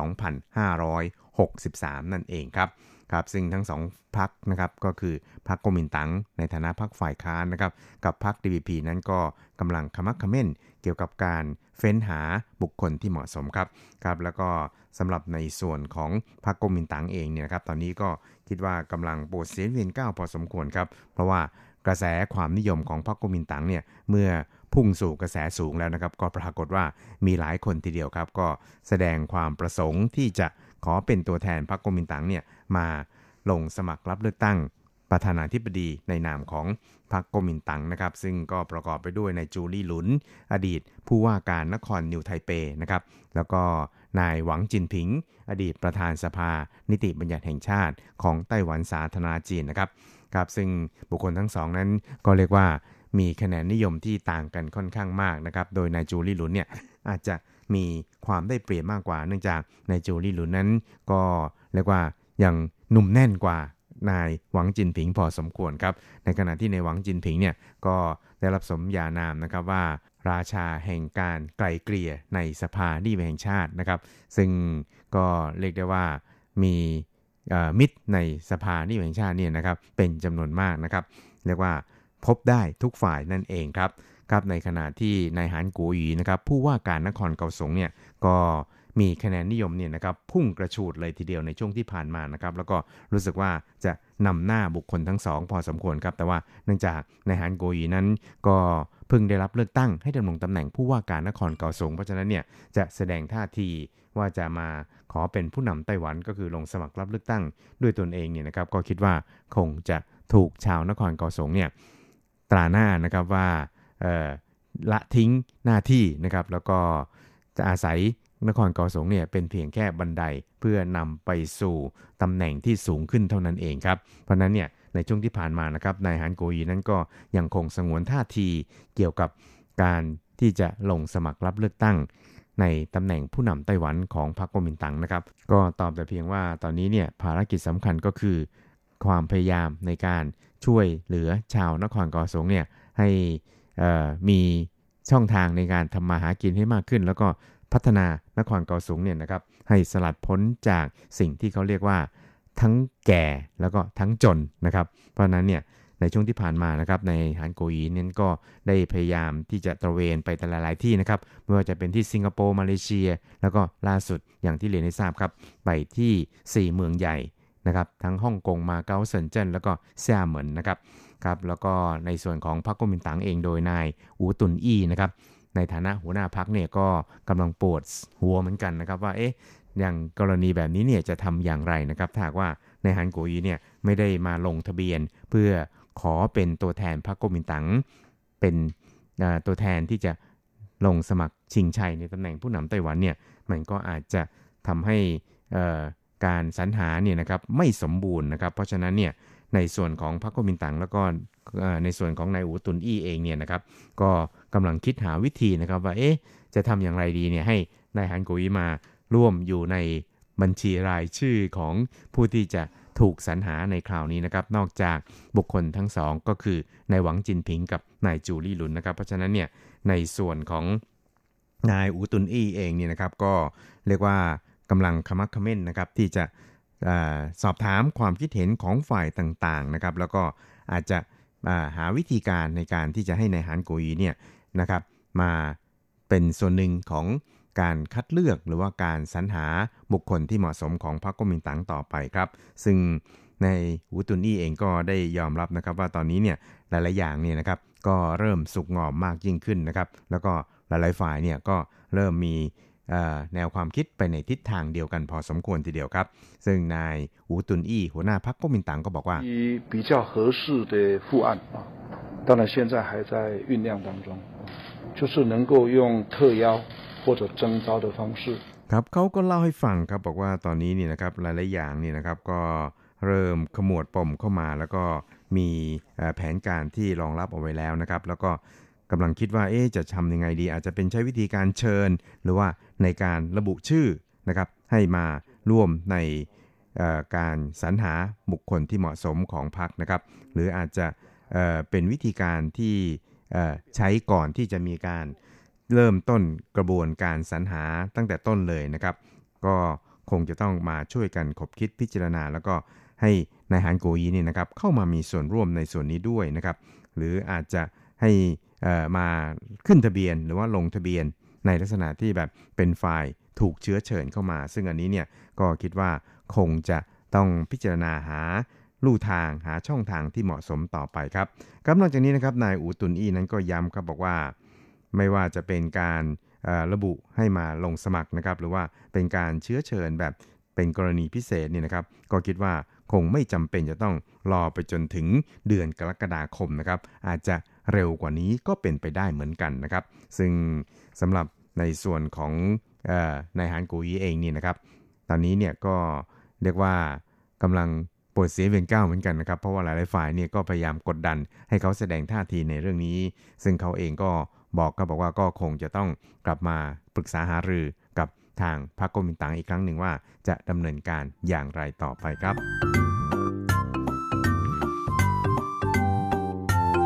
2563นั่นเองครับซึ่งทั้ง2พรรคนะครับก็คือพรรคก๊กมินตั๋งในฐานะพรรคฝ่ายค้านนะครับกับพรรค DPP นั้นก็กำลังขมักเขม้นเกี่ยวกับการเฟ้นหาบุคคลที่เหมาะสมครับแล้วก็สำหรับในส่วนของพรรคก๊กมินตั๋งเองเนี่ยนะครับตอนนี้ก็คิดว่ากำลังโปรดเสียงเวียนก้าวพอสมควรครับเพราะว่ากระแสความนิยมของพรรคก๊กมินตั๋งเนี่ยเมื่อพุ่งสู่กระแสสูงแล้วนะครับก็ปรากฏว่ามีหลายคนทีเดียวครับก็แสดงความประสงค์ที่จะขอเป็นตัวแทนพรรคก๊กมินตั๋งเนี่ยมาลงสมัครรับเลือกตั้งประธานาธิบดีในนามของพรรคก๊กมินตั๋งนะครับซึ่งก็ประกอบไปด้วยนายจูลี่หลุนอดีตผู้ว่าการนครนิวไทเปนะครับแล้วก็นายหวังจินผิงอดีตประธานสภานิติบัญญัติแห่งชาติของไต้หวันสาธารณรัฐจีนนะครับซึ่งบุคคลทั้งสองนั้นก็เรียกว่ามีคะแนนนิยมที่ต่างกันค่อนข้างมากนะครับโดยนายจูลี่หลุนเนี่ยอาจจะมีความได้เปรียบมากกว่าเนื่องจากนายจูลี่หลุนนั้นก็เรียกว่ายังหนุ่มแน่นกว่านายหวังจินผิงพอสมควรครับในขณะที่นายหวังจินผิงเนี่ยก็ได้รับสมญานามนะครับว่าราชาแห่งการไกล่เกลี่ยในสภานิติบัญญัติแห่งชาตินะครับซึ่งก็เรียกได้ว่ามีมิตรในสภานิติบัญญัติแห่งชาติเนี่ยนะครับเป็นจำนวนมากนะครับเรียกว่าพบได้ทุกฝ่ายนั่นเองครับในขณะที่นายหานกัวหยีนะครับผู้ว่าการนครเกาสงเนี่ยก็มีคะแนนนิยมเนี่ยนะครับพุ่งกระฉูดเลยทีเดียวในช่วงที่ผ่านมานะครับแล้วก็รู้สึกว่าจะนำหน้าบุคคลทั้งสองพอสมควรครับแต่ว่าเนื่องจากนายหานกัวหยีนั้นก็เพิ่งได้รับเลือกตั้งให้ดำรงตำแหน่งผู้ว่าการนครเกาสงเพราะฉะนั้นเนี่ยจะแสดงท่าทีว่าจะมาขอเป็นผู้นำไต้หวันก็คือลงสมัครรับเลือกตั้งด้วยตนเองเนี่ยนะครับก็คิดว่าคงจะถูกชาวนครเกาสงเนี่ยตราหน้านะครับว่าละทิ้งหน้าที่นะครับแล้วก็จะอาศัยนครเกาสงเนี่ยเป็นเพียงแค่บันไดเพื่อนำไปสู่ตำแหน่งที่สูงขึ้นเท่านั้นเองครับเพราะนั้นเนี่ยในช่วงที่ผ่านมานะครับนายหานกัวหยีนั้นก็ยังคงสงวนท่าทีเกี่ยวกับการที่จะลงสมัครรับเลือกตั้งในตำแหน่งผู้นำไต้หวันของพรรคก๊กมินตั๋งนะครับก็ตอบแต่เพียงว่าตอนนี้เนี่ยภารกิจสำคัญก็คือความพยายามในการช่วยเหลือชาวนครเกาสงเนี่ยให้มีช่องทางในการทำมาหากินให้มากขึ้นแล้วก็พัฒนานครเกาสงเนี่ยนะครับให้สลัดพ้นจากสิ่งที่เขาเรียกว่าทั้งแก่แล้วก็ทั้งจนนะครับเพราะนั้นเนี่ยในช่วงที่ผ่านมานะครับในหานกัวหยีเนี่ยก็ได้พยายามที่จะตระเวนไปแต่หลายที่นะครับไม่ว่าจะเป็นที่สิงคโปร์มาเลเซียแล้วก็ล่าสุดอย่างที่เรียนให้ทราบครับไปที่4เมืองใหญ่นะครับทั้งฮ่องกงมาเก๊าเซินเจิ้นแล้วก็เซี่ยเหมินนะครับแล้วก็ในส่วนของพรรคก๊กมินตั๋งเองโดยนายอูตุนอี้นะครับในฐานะหัวหน้าพรรคเนี่ยก็กำลังปวดหัวเหมือนกันนะครับว่าอย่างกรณีแบบนี้เนี่ยจะทำอย่างไรนะครับถ้าว่าในหานกัวหยีเนี่ยไม่ได้มาลงทะเบียนเพื่อขอเป็นตัวแทนพรรคก๊กมินตั๋งเป็นตัวแทนที่จะลงสมัครชิงชัยในตำแหน่งผู้นำไต้หวันเนี่ยมันก็อาจจะทำให้การสรรหาเนี่ยนะครับไม่สมบูรณ์นะครับเพราะฉะนั้นเนี่ยในส่วนของพรรคก๊กมินตั๋งแล้วก็ในส่วนของนายอูตุนอี้เองเนี่ยนะครับก็กำลังคิดหาวิธีนะครับว่าจะทำอย่างไรดีเนี่ยให้นายหานกัวหยีมาร่วมอยู่ในบัญชีรายชื่อของผู้ที่จะถูกสรรหาในคราวนี้นะครับนอกจากบุคคลทั้งสองก็คือนายหวังจินผิงกับนายจูลี่หลุนนะครับเพราะฉะนั้นเนี่ยในส่วนของนายอูตุนอี้เองเนี่ยนะครับก็เรียกว่ากำลังขมักเขม้นนะครับที่จะสอบถามความคิดเห็นของฝ่ายต่างๆนะครับแล้วก็อาจจะหาวิธีการในการที่จะให้นายหานกัวหยีเนี่ยนะครับมาเป็นส่วนหนึ่งของการคัดเลือกหรือว่าการสรรหาบุคคลที่เหมาะสมของพรรคก๊กมินตั๋งต่อไปครับซึ่งในอูตุนอี้เองก็ได้ยอมรับนะครับว่าตอนนี้เนี่ยหลายๆอย่างเนี่ยนะครับก็เริ่มสุกงอมมากยิ่งขึ้นนะครับแล้วก็หลายๆฝ่ายเนี่ยก็เริ่มมีแนวความคิดไปในทิศทางเดียวกันพอสมควรทีเดียวครับซึ่งนายอูตุนอี้หัวหน้าพรรคก๊กมินตั๋งก็บอกว่า比较合适的副案当然现在还在酝酿当中就是能够用特邀或者征召的方式ครับเขาก็เล่าให้ฟังครับบอกว่าตอนนี้นี่นะครับหลายๆอย่างนี่นะครับก็เริ่มขมวดปมเข้ามาแล้วก็มีแผนการที่รองรับเอาไว้แล้วนะครับแล้วก็กำลังคิดว่าจะทำยังไงดีอาจจะเป็นใช้วิธีการเชิญหรือว่าในการระบุชื่อนะครับให้มาร่วมในการสรรหาบุคคลที่เหมาะสมของพรรคนะครับหรืออาจจะเป็นวิธีการที่ใช้ก่อนที่จะมีการเริ่มต้นกระบวนการสรรหาตั้งแต่ต้นเลยนะครับก็คงจะต้องมาช่วยกันคบคิดพิจารณาแล้วก็ให้นายหานกัวหยีนี่นะครับเข้ามามีส่วนร่วมในส่วนนี้ด้วยนะครับหรืออาจจะให้มาขึ้นทะเบียนหรือว่าลงทะเบียนในลักษณะที่แบบเป็นฝ่ายถูกเชื้อเชิญเข้ามาซึ่งอันนี้เนี่ยก็คิดว่าคงจะต้องพิจารณาหาลู่ทางหาช่องทางที่เหมาะสมต่อไปครับนอกจากนี้นะครับนายอูตุนอี้นั้นก็ย้ำครับบอกว่าไม่ว่าจะเป็นการระบุให้มาลงสมัครนะครับหรือว่าเป็นการเชื้อเชิญแบบเป็นกรณีพิเศษนี่นะครับก็คิดว่าคงไม่จำเป็นจะต้องรอไปจนถึงเดือนกรกฎาคมนะครับอาจจะเร็วกว่านี้ก็เป็นไปได้เหมือนกันนะครับซึ่งสำหรับในส่วนของนายหานกัวหยีเองนี่นะครับตอนนี้เนี่ยก็เรียกว่ากำลังปวดเสียเวียนก้าวเหมือนกันนะครับเพราะว่าหลายๆฝ่ายเนี่ยก็พยายามกดดันให้เขาแสดงท่าทีในเรื่องนี้ซึ่งเขาเองก็บอกว่าก็คงจะต้องกลับมาปรึกษาหารือกับทางพรรคก๊กมินตั๋งอีกครั้งหนึ่งว่าจะดำเนินการอย่างไรต่อไปครับ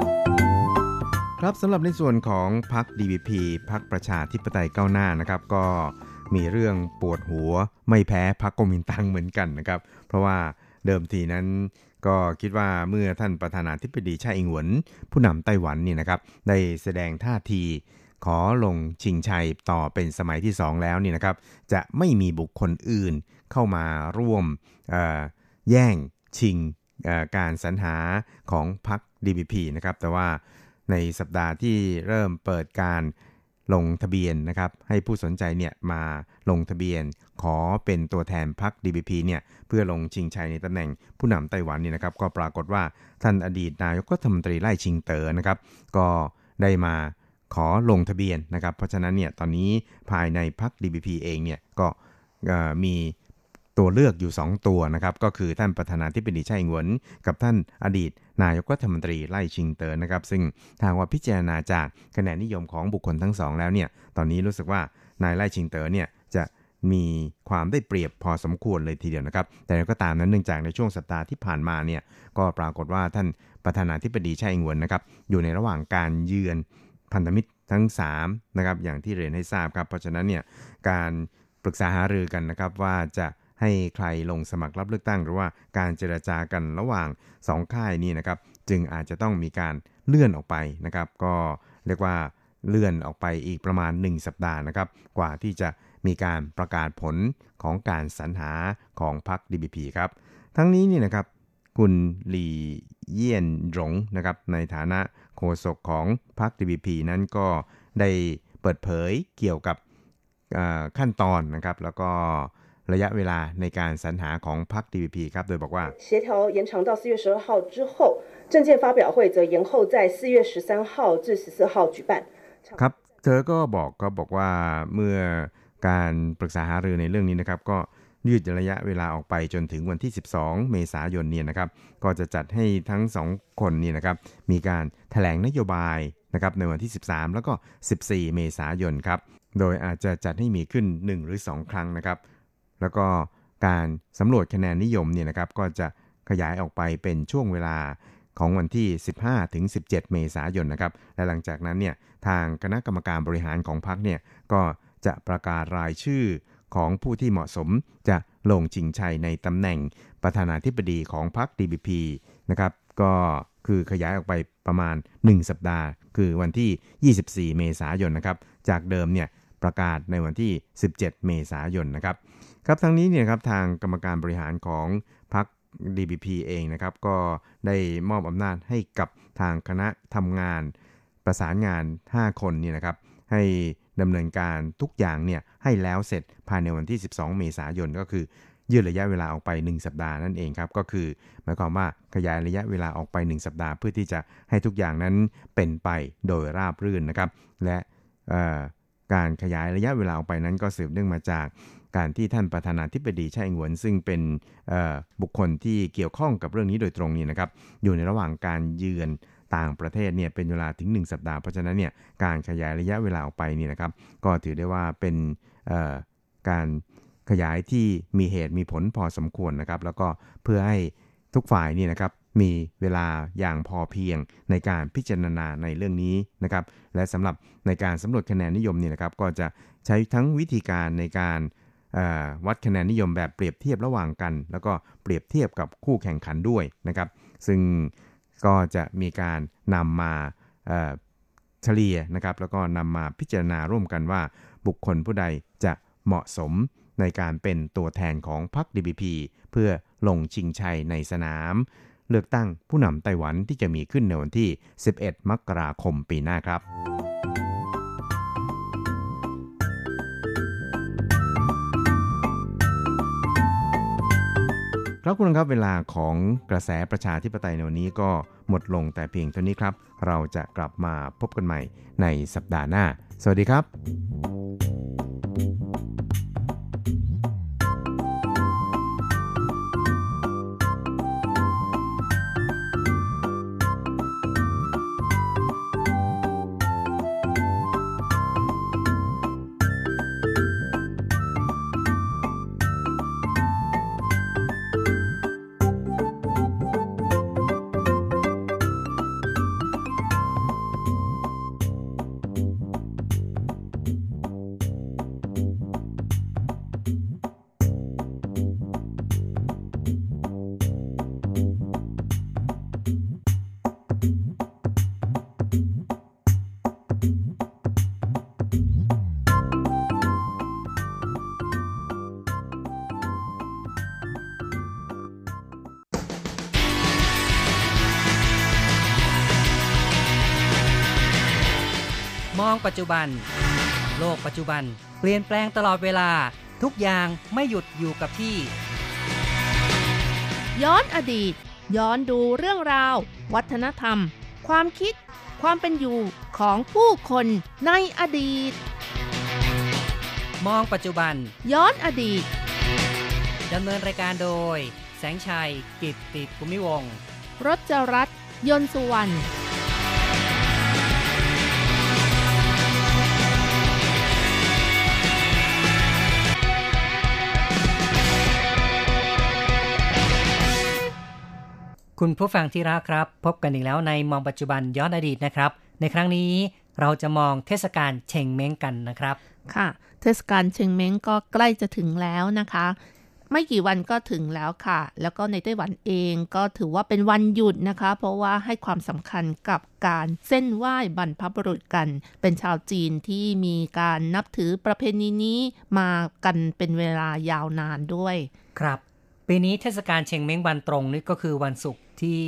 ครับสำหรับในส่วนของพรรค DPP พรรคประชาธิปไตยก้าวหน้านะครับก็มีเรื่องปวดหัวไม่แพ้พรรคก๊กมินตั๋งเหมือนกันนะครับเพราะว่าเดิมทีนั้นก็คิดว่าเมื่อท่านประธานาธิบดีไช่อิงเหวินผู้นำไต้หวันนี่นะครับได้แสดงท่าทีขอลงชิงชัยต่อเป็นสมัยที่2แล้วนี่นะครับจะไม่มีบุคคลอื่นเข้ามาร่วมแย่งชิงการสรรหาของพรรค DPP นะครับแต่ว่าในสัปดาห์ที่เริ่มเปิดการลงทะเบียนนะครับให้ผู้สนใจเนี่ยมาลงทะเบียนขอเป็นตัวแทนพรรค DPP เนี่ยเพื่อลงชิงชัยในตำแหน่งผู้นำไต้หวันนี่นะครับก็ปรากฏว่าท่านอดีตนายกรัฐมนตรีไล่ชิงเต๋อนะครับก็ได้มาขอลงทะเบียนนะครับเพราะฉะนั้นเนี่ยตอนนี้ภายในพรรค DPP เองเนี่ยก็มีตัวเลือกอยู่2ตัวนะครับก็คือท่านประธานาธิบดีไช่อิงเหวินกับท่านอดีตนายกรัฐมนตรีไล่ชิงเต๋อนะครับซึ่งทางว่าพิจารณาจากคะแนนนิยมของบุคคลทั้งสองแล้วเนี่ยตอนนี้รู้สึกว่านายไล่ชิงเต๋อเนี่ยจะมีความได้เปรียบพอสมควรเลยทีเดียวนะครับแต่ก็ตามนั้นเนื่องจากในช่วงสัปดาห์ที่ผ่านมาเนี่ยก็ปรากฏว่าท่านประธานาธิบดีไช่อิงเหวินนะครับอยู่ในระหว่างการเยือนพันธมิตรทั้ง3นะครับอย่างที่เรียนให้ทราบครับเพราะฉะนั้นเนี่ยการปรึกษาหารือกันนะครับว่าจะให้ใครลงสมัครรับเลือกตั้งหรือว่าการเจรจากันระหว่าง2ค่ายนี้นะครับจึงอาจจะต้องมีการเลื่อนออกไปนะครับก็เรียกว่าเลื่อนออกไปอีกประมาณ1สัปดาห์นะครับกว่าที่จะมีการประกาศผลของการสรรหาของพรรค DPP ครับทั้งนี้นี่นะครับคุณหลี่เยี่ยนหลงนะครับในฐานะโฆษกของพรรค DPP นั้นก็ได้เปิดเผยเกี่ยวกับขั้นตอนนะครับแล้วก็ระยะเวลาในการสรรหาของพรรค DPP ครับโดยบอกว่า协调延长到4月12号之后证件发表会则延后在4月13号至14号举办ครับเธอก็บอกว่าเมื่อการปรึกษาหารือในเรื่องนี้นะครับก็ยืดระยะเวลาออกไปจนถึงวันที่12เมษายนเนี่ยนะครับก็จะจัดให้ทั้ง2คนนี่นะครับมีการแถลงนโยบายนะครับในวันที่13แล้วก็14เมษายนครับโดยอาจจะจัดให้มีขึ้น1หรือ2ครั้งนะครับแล้วก็การสำรวจคะแนนนิยมเนี่ยนะครับก็จะขยายออกไปเป็นช่วงเวลาของวันที่15ถึง17เมษายนนะครับและหลังจากนั้นเนี่ยทางคณะกรรมการบริหารของพรรคเนี่ยก็จะประกาศรายชื่อของผู้ที่เหมาะสมจะลงชิงชัยในตำแหน่งประธานาธิบดีของพรรค DPP นะครับก็คือขยายออกไปประมาณ1สัปดาห์คือวันที่24เมษายนนะครับจากเดิมเนี่ยประกาศในวันที่17เมษายนนะครับครับทั้งนี้เนี่ยครับทางกรรมการบริหารของพรรค DPP เองนะครับก็ได้มอบอำนาจให้กับทางคณะทำงานประสานงาน5คนเนี่ยนะครับให้ดำเนินการทุกอย่างเนี่ยให้แล้วเสร็จภายในวันที่12เมษายนก็คือยืดระยะเวลาออกไป1สัปดาห์นั่นเองครับก็คือหมายความว่าขยายระยะเวลาออกไป1สัปดาห์เพื่อที่จะให้ทุกอย่างนั้นเป็นไปโดยราบรื่นนะครับและการขยายระยะเวลาออกไปนั้นก็สืบเนื่องมาจากการที่ท่านประธานาธิบดีไช่อิงเหวินซึ่งเป็นบุคคลที่เกี่ยวข้องกับเรื่องนี้โดยตรงนี้นะครับอยู่ในระหว่างการเยือนต่างประเทศเนี่ยเป็นเวลาถึง1สัปดาห์เพราะฉะนั้นเนี่ยการขยายระยะเวลาออกไปนี่นะครับก็ถือได้ว่าเป็นการขยายที่มีเหตุมีผลพอสมควรนะครับแล้วก็เพื่อให้ทุกฝ่ายนี่นะครับมีเวลาอย่างพอเพียงในการพิจารณาในเรื่องนี้นะครับและสำหรับในการสำรวจคะแนนนิยมนี่นะครับก็จะใช้ทั้งวิธีการในการวัดคะแนนนิยมแบบเปรียบเทียบระหว่างกันแล้วก็เปรียบเทียบกับคู่แข่งขันด้วยนะครับซึ่งก็จะมีการนำมาเฉลี่ยนะครับแล้วก็นำมาพิจารณาร่วมกันว่าบุคคลผู้ใดจะเหมาะสมในการเป็นตัวแทนของพรรค DPP เพื่อลงชิงชัยในสนามเลือกตั้งผู้นำไต้หวันที่จะมีขึ้นในวันที่11มกราคมปีหน้าครับครับคุณครับเวลาของกระแสประชาธิปไตยในวันนี้ก็หมดลงแต่เพียงเท่านี้ครับเราจะกลับมาพบกันใหม่ในสัปดาห์หน้าสวัสดีครับมองปัจจุบันโลกปัจจุบันเปลี่ยนแปลงตลอดเวลาทุกอย่างไม่หยุดอยู่กับที่ย้อนอดีตย้อนดูเรื่องราววัฒนธรรมความคิดความเป็นอยู่ของผู้คนในอดีตมองปัจจุบันย้อนอดีตดำเนินรายการโดยแสงชัยกิตติภูมิวงศ์รจรัตน์ยนต์สุวรรณคุณผู้ฟังที่รักครับพบกันอีกแล้วในมองปัจจุบันย้อนอดีตนะครับในครั้งนี้เราจะมองเทศกาลเชงเม้งกันนะครับค่ะเทศกาลเชงเม้งก็ใกล้จะถึงแล้วนะคะไม่กี่วันก็ถึงแล้วค่ะแล้วก็ในไต้หวันเองก็ถือว่าเป็นวันหยุดนะคะเพราะว่าให้ความสำคัญกับการเส้นไหว้บรรพบุรุษกันเป็นชาวจีนที่มีการนับถือประเพณีนี้มากันเป็นเวลายาวนานด้วยครับปีนี้เทศกาลเชงเม้งวันตรงนี่ก็คือวันศุกร์ที่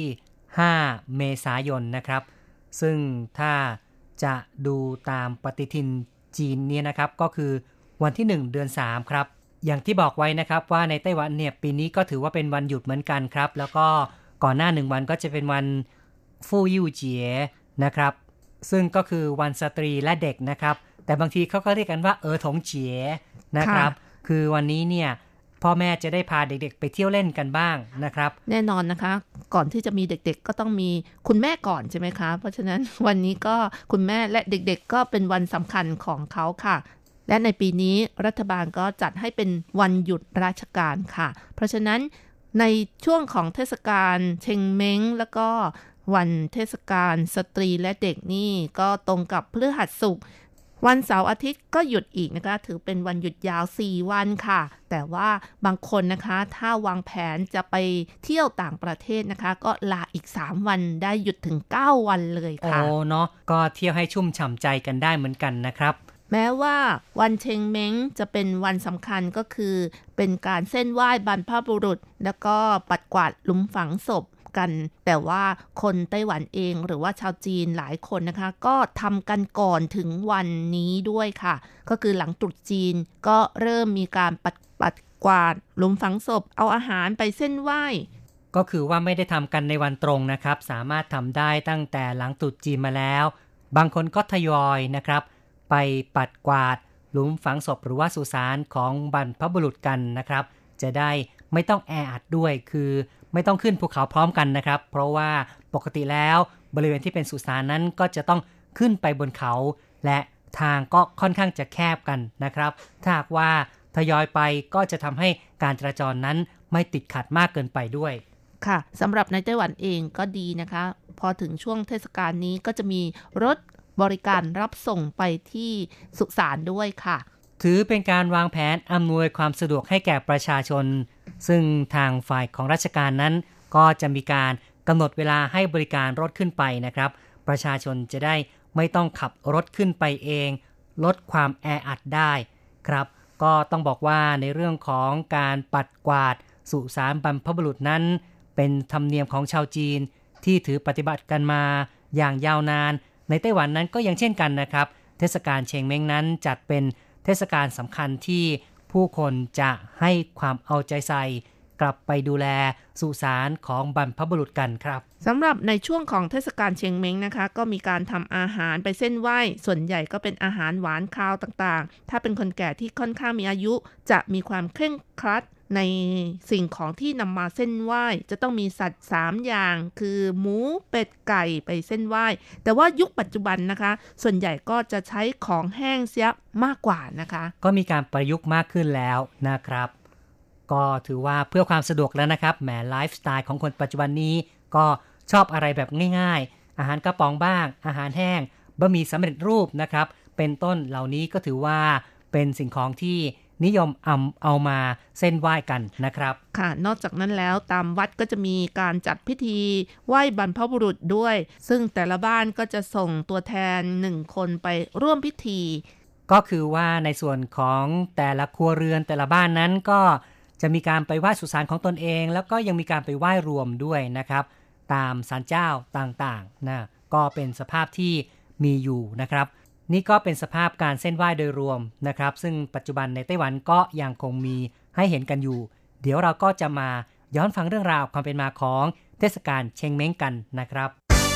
5เมษายนนะครับซึ่งถ้าจะดูตามปฏิทินจีนเนี่ยนะครับก็คือวันที่1เดือน3ครับอย่างที่บอกไว้นะครับว่าในไต้หวันเนี่ยปีนี้ก็ถือว่าเป็นวันหยุดเหมือนกันครับแล้วก็ก่อนหน้า1วันก็จะเป็นวันฟู่ยู่เจี๋ยนะครับซึ่งก็คือวันสตรีและเด็กนะครับแต่บางทีเขาก็เรียกกันว่าถงเจี๋ยนะครับคือวันนี้เนี่ยพ่อแม่จะได้พาเด็กๆไปเที่ยวเล่นกันบ้างนะครับแน่นอนนะคะก่อนที่จะมีเด็กๆก็ต้องมีคุณแม่ก่อนใช่ไหมคะเพราะฉะนั้นวันนี้ก็คุณแม่และเด็กๆก็เป็นวันสำคัญของเขาค่ะและในปีนี้รัฐบาลก็จัดให้เป็นวันหยุดราชการค่ะเพราะฉะนั้นในช่วงของเทศกาลเชงเม้งแล้วก็วันเทศกาลสตรีและเด็กนี่ก็ตรงกับพฤหัสศุกร์วันเสาร์อาทิตย์ก็หยุดอีกนะคะถือเป็นวันหยุดยาว4วันค่ะแต่ว่าบางคนนะคะถ้าวางแผนจะไปเที่ยวต่างประเทศนะคะก็ลาอีก3วันได้หยุดถึง9วันเลยค่ะเนาะก็เที่ยวให้ชุ่มฉ่ำใจกันได้เหมือนกันนะครับแม้ว่าวันเชงเม้งจะเป็นวันสำคัญก็คือเป็นการเส้นไหว้บรรพบุรุษแล้วก็ปัดกวาดหลุมฝังศพกันแต่ว่าคนไต้หวันเองหรือว่าชาวจีนหลายคนนะคะก็ทำกันก่อนถึงวันนี้ด้วยค่ะก็คือหลังตรุษจีนก็เริ่มมีการปัดกวาดหลุมฝังศพเอาอาหารไปเส้นไหว้ก็คือว่าไม่ได้ทำกันในวันตรงนะครับสามารถทำได้ตั้งแต่หลังตรุษจีนมาแล้วบางคนก็ทยอยนะครับไปปัดกวาดหลุมฝังศพหรือว่าสุสานของบรรพบุรุษกันนะครับจะได้ไม่ต้องแออัดด้วยคือไม่ต้องขึ้นภูเขาพร้อมกันนะครับเพราะว่าปกติแล้วบริเวณที่เป็นสุสานนั้นก็จะต้องขึ้นไปบนเขาและทางก็ค่อนข้างจะแคบกันนะครับถ้าหากว่าทยอยไปก็จะทำให้การจราจรนั้นไม่ติดขัดมากเกินไปด้วยค่ะสำหรับในไต้หวันเองก็ดีนะคะพอถึงช่วงเทศกาลนี้ก็จะมีรถบริการรับส่งไปที่สุสานด้วยค่ะถือเป็นการวางแผนอำนวยความสะดวกให้แก่ประชาชนซึ่งทางฝ่ายของราชการนั้นก็จะมีการกำหนดเวลาให้บริการรถขึ้นไปนะครับประชาชนจะได้ไม่ต้องขับรถขึ้นไปเองลดความแออัดได้ครับก็ต้องบอกว่าในเรื่องของการปัดกวาดสุสานบรรพบุรุษนั้นเป็นธรรมเนียมของชาวจีนที่ถือปฏิบัติกันมาอย่างยาวนานในไต้หวันนั้นก็อย่างเช่นกันนะครับเทศกาลเชงเม้งนั้นจัดเป็นเทศกาลสำคัญที่ผู้คนจะให้ความเอาใจใส่กลับไปดูแลสุสานของบรรพบุรุษกันครับสำหรับในช่วงของเทศกาลเชงเม้งนะคะก็มีการทำอาหารไปเส้นไหว้ส่วนใหญ่ก็เป็นอาหารหวานคาวต่างๆถ้าเป็นคนแก่ที่ค่อนข้างมีอายุจะมีความเคร่งครัดในสิ่งของที่นำมาเส้นไหว้จะต้องมีสัตว์3อย่างคือหมูเป็ดไก่ไปเส้นไหว้แต่ว่ายุคปัจจุบันนะคะส่วนใหญ่ก็จะใช้ของแห้งเสียมากกว่านะคะก็มีการประยุกต์มากขึ้นแล้วนะครับก็ถือว่าเพื่อความสะดวกแล้วนะครับแหมไลฟ์สไตล์ของคนปัจจุบันนี้ก็ชอบอะไรแบบง่ายๆอาหารกระป๋องบ้างอาหารแห้งบะหมี่สำเร็จรูปนะครับเป็นต้นเหล่านี้ก็ถือว่าเป็นสิ่งของที่นิยมเอามาเส้นไหว้กันนะครับค่ะนอกจากนั้นแล้วตามวัดก็จะมีการจัดพิธีไหว้บรรพบุรุษด้วยซึ่งแต่ละบ้านก็จะส่งตัวแทน1คนไปร่วมพิธีก็คือว่าในส่วนของแต่ละครัวเรือนแต่ละบ้านนั้นก็จะมีการไปไหว้สุสานของตนเองแล้วก็ยังมีการไปไหว้รวมด้วยนะครับตามศาลเจ้าต่างๆนะก็เป็นสภาพที่มีอยู่นะครับนี่ก็เป็นสภาพการเส้นไหว้โดยรวมนะครับซึ่งปัจจุบันในไต้หวันก็ยังคงมีให้เห็นกันอยู่เดี๋ยวเราก็จะมาย้อนฟังเรื่องราวความเป็นมาของเทศกาลเชงเม้งกันนะครับ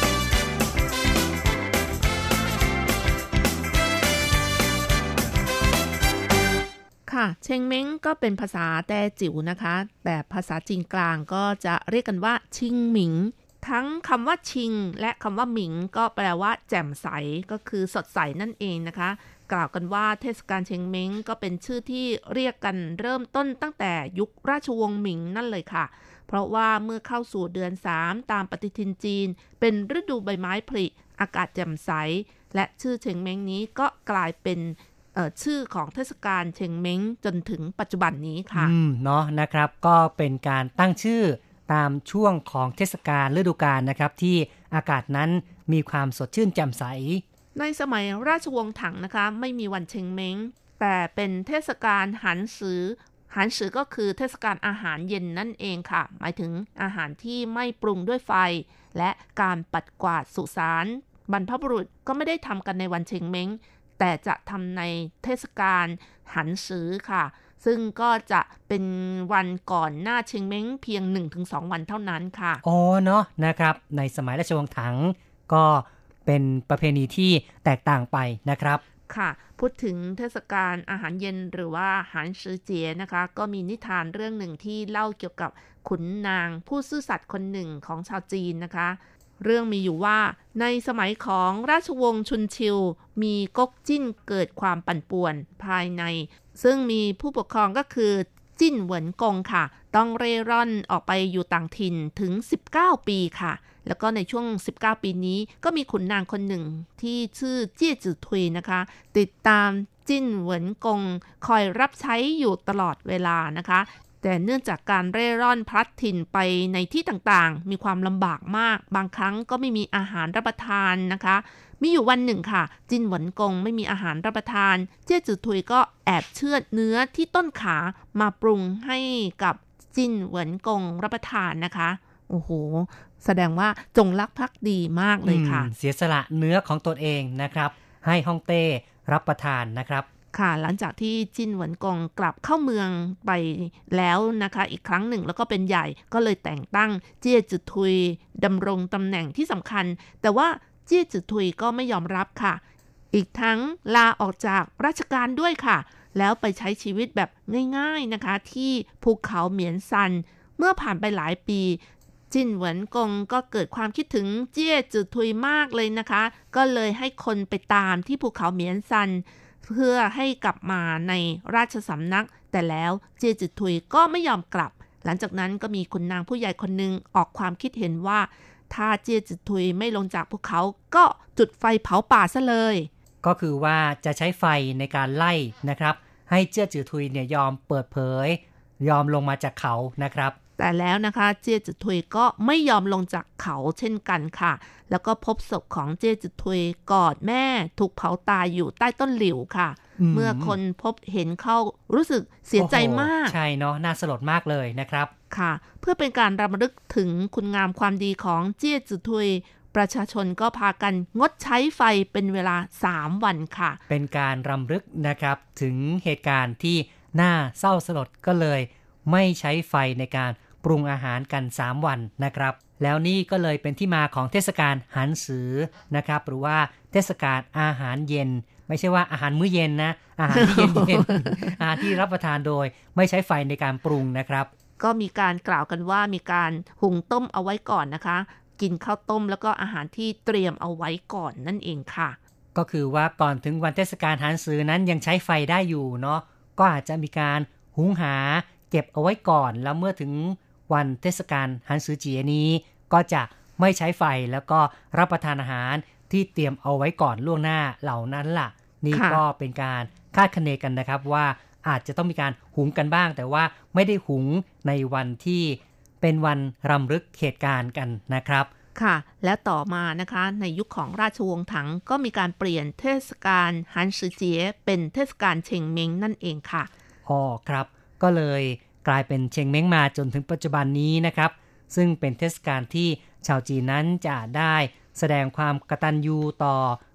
ค่ะเชงเม้งก็เป็นภาษาแต้จิ๋วนะคะแบบภาษาจีนกลางก็จะเรียกกันว่าชิงหมิงทั้งคำว่าชิงและคำว่าหมิงก็แปลว่าแจ่มใสก็คือสดใสนั่นเองนะคะกล่าวกันว่าเทศกาลเชงเม้งก็เป็นชื่อที่เรียกกันเริ่มต้นตั้งแต่ยุคราชวงศ์หมิงนั่นเลยค่ะเพราะว่าเมื่อเข้าสู่เดือน3ตามปฏิทินจีนเป็นฤดูใบไม้ผลิอากาศแจ่มใสและชื่อเชงเม้งนี้ก็กลายเป็นชื่อของเทศกาลเชงเม้งจนถึงปัจจุบันนี้ค่ะเนาะนะครับก็เป็นการตั้งชื่อตามช่วงของเทศกาลฤดูกาลนะครับที่อากาศนั้นมีความสดชื่นแจ่มใสในสมัยราชวงศ์ถังนะคะไม่มีวันเชงเม้งแต่เป็นเทศกาลหันซือก็คือเทศกาลอาหารเย็นนั่นเองค่ะหมายถึงอาหารที่ไม่ปรุงด้วยไฟและการปัดกวาดสุสานบรรพบุรุษก็ไม่ได้ทำกันในวันเชงเม้งแต่จะทำในเทศกาลหันซือค่ะซึ่งก็จะเป็นวันก่อนหน้าเชงเม้งเพียง 1-2 วันเท่านั้นค่ะอ๋อเนาะนะครับในสมัยราชวงศ์ถังก็เป็นประเพณีที่แตกต่างไปนะครับค่ะพูดถึงเทศกาลอาหารเย็นหรือว่าหันซือเจี๋ยนะคะก็มีนิทานเรื่องหนึ่งที่เล่าเกี่ยวกับขุนนางผู้ซื่อสัตย์คนหนึ่งของชาวจีนนะคะเรื่องมีอยู่ว่าในสมัยของราชวงศ์ชุนชิวมีก๊กจิ้นเกิดความปั่นป่วนภายในซึ่งมีผู้ปกครองก็คือจิ้นเหวินกงค่ะต้องเร่ร่อนออกไปอยู่ต่างถิ่นถึง19ปีค่ะแล้วก็ในช่วง19ปีนี้ก็มีขุนนางคนหนึ่งที่ชื่อเจี้ยจื่อทุยนะคะติดตามจิ้นเหวินกงคอยรับใช้อยู่ตลอดเวลานะคะแต่เนื่องจากการเร่ร่อนพลัดถิ่นไปในที่ต่างๆมีความลำบากมากบางครั้งก็ไม่มีอาหารรับประทานนะคะมีอยู่วันหนึ่งค่ะจินเหวินกงไม่มีอาหารรับประทานเจี้ยจื่อทุยก็แอบเชือดเนื้อที่ต้นขามาปรุงให้กับจินเหวินกงรับประทานนะคะโอ้โหแสดงว่าจงรักภักดีมากเลยค่ะเสียสละเนื้อของตนเองนะครับให้ฮ่องเต้รับประทานนะครับค่ะหลังจากที่จินเหวินกงกลับเข้าเมืองไปแล้วนะคะอีกครั้งหนึ่งแล้วก็เป็นใหญ่ก็เลยแต่งตั้งเจี้ยจื่อทุยดำรงตำแหน่งที่สำคัญแต่ว่าเจี้ยจื่อทุยก็ไม่ยอมรับค่ะอีกทั้งลาออกจากราชการด้วยค่ะแล้วไปใช้ชีวิตแบบง่ายๆนะคะที่ภูเขาเหมียนซันเมื่อผ่านไปหลายปีจินเหวินกงก็เกิดความคิดถึงเจี้ยจื่อทุยมากเลยนะคะก็เลยให้คนไปตามที่ภูเขาเหมียนซันเพื่อให้กลับมาในราชสำนักแต่แล้วเจี้ยจื่อทุยก็ไม่ยอมกลับหลังจากนั้นก็มีขุนนางผู้ใหญ่คนหนึ่งออกความคิดเห็นว่าถ้าเจี้ยจื่อทุยไม่ลงจากภูเขาก็จุดไฟเผาป่าซะเลยก็คือว่าจะใช้ไฟในการไล่นะครับให้เจี้ยจื่อทุยเนี่ยยอมเปิดเผยยอมลงมาจากเขานะครับแต่แล้วนะคะเจี้ยจื่อทุยก็ไม่ยอมลงจากเขาเช่นกันค่ะแล้วก็พบศพของเจี้ยจื่อทุยกอดแม่ถูกเผาตายอยู่ใต้ต้นหลิวค่ะเมื่อคนพบเห็นเข้ารู้สึกเสียใจมากใช่เนาะน่าสลดมากเลยนะครับค่ะเพื่อเป็นการรำลึกถึงคุณงามความดีของเจี้ยจื่อทุยประชาชนก็พากันงดใช้ไฟเป็นเวลา3วันค่ะเป็นการรำลึกนะครับถึงเหตุการณ์ที่น่าเศร้าสลดก็เลยไม่ใช้ไฟในการปรุงอาหารกัน3วันนะครับแล้วนี่ก็เลยเป็นที่มาของเทศกาลหันซือนะครับหรือว่าเทศกาลอาหารเย็นไม่ใช่ว่าอาหารมื้อเย็นนะอาหารที่เย็นๆ อาหารที่รับประทานโดยไม่ใช้ไฟในการปรุงนะครับก็มีการกล่าวกันว่ามีการหุงต้มเอาไว้ก่อนนะคะกินข้าวต้มแล้วก็อาหารที่เตรียมเอาไว้ก่อนนั่นเองค่ะก็คือว่าก่อนถึงวันเทศกาลหันซือนั้นยังใช้ไฟได้อยู่เนาะก็อาจจะมีการหุงหาเก็บเอาไว้ก่อนแล้วเมื่อถึงวันเทศกาลหันซือเจี๋ยนี้ก็จะไม่ใช้ไฟแล้วก็รับประทานอาหารที่เตรียมเอาไว้ก่อนล่วงหน้าเหล่านั้นล่ะนี่ก็เป็นการคาดคะเนกันนะครับว่าอาจจะต้องมีการหุงกันบ้างแต่ว่าไม่ได้หุงในวันที่เป็นวันรำลึกเหตุการณ์กันนะครับค่ะและต่อมานะคะในยุคของราชวงศ์ถังก็มีการเปลี่ยนเทศกาลหันซือเจี๋ยเป็นเทศกาลเชงเม้งนั่นเองค่ะอ๋อครับก็เลยกลายเป็นเชงเม้งมาจนถึงปัจจุบันนี้นะครับซึ่งเป็นเทศกาลที่ชาวจีนนั้นจะได้แสดงความกตัญญูต่อ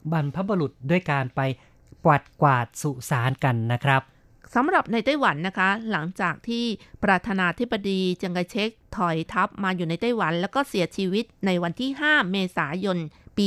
บรรพบุรุษด้วยการไปกวาดสุสานกันนะครับสำหรับในไต้หวันนะคะหลังจากที่ประธานาธิบดีเจียงไคเชกถอยทัพมาอยู่ในไต้หวันแล้วก็เสียชีวิตในวันที่5เมษายนปี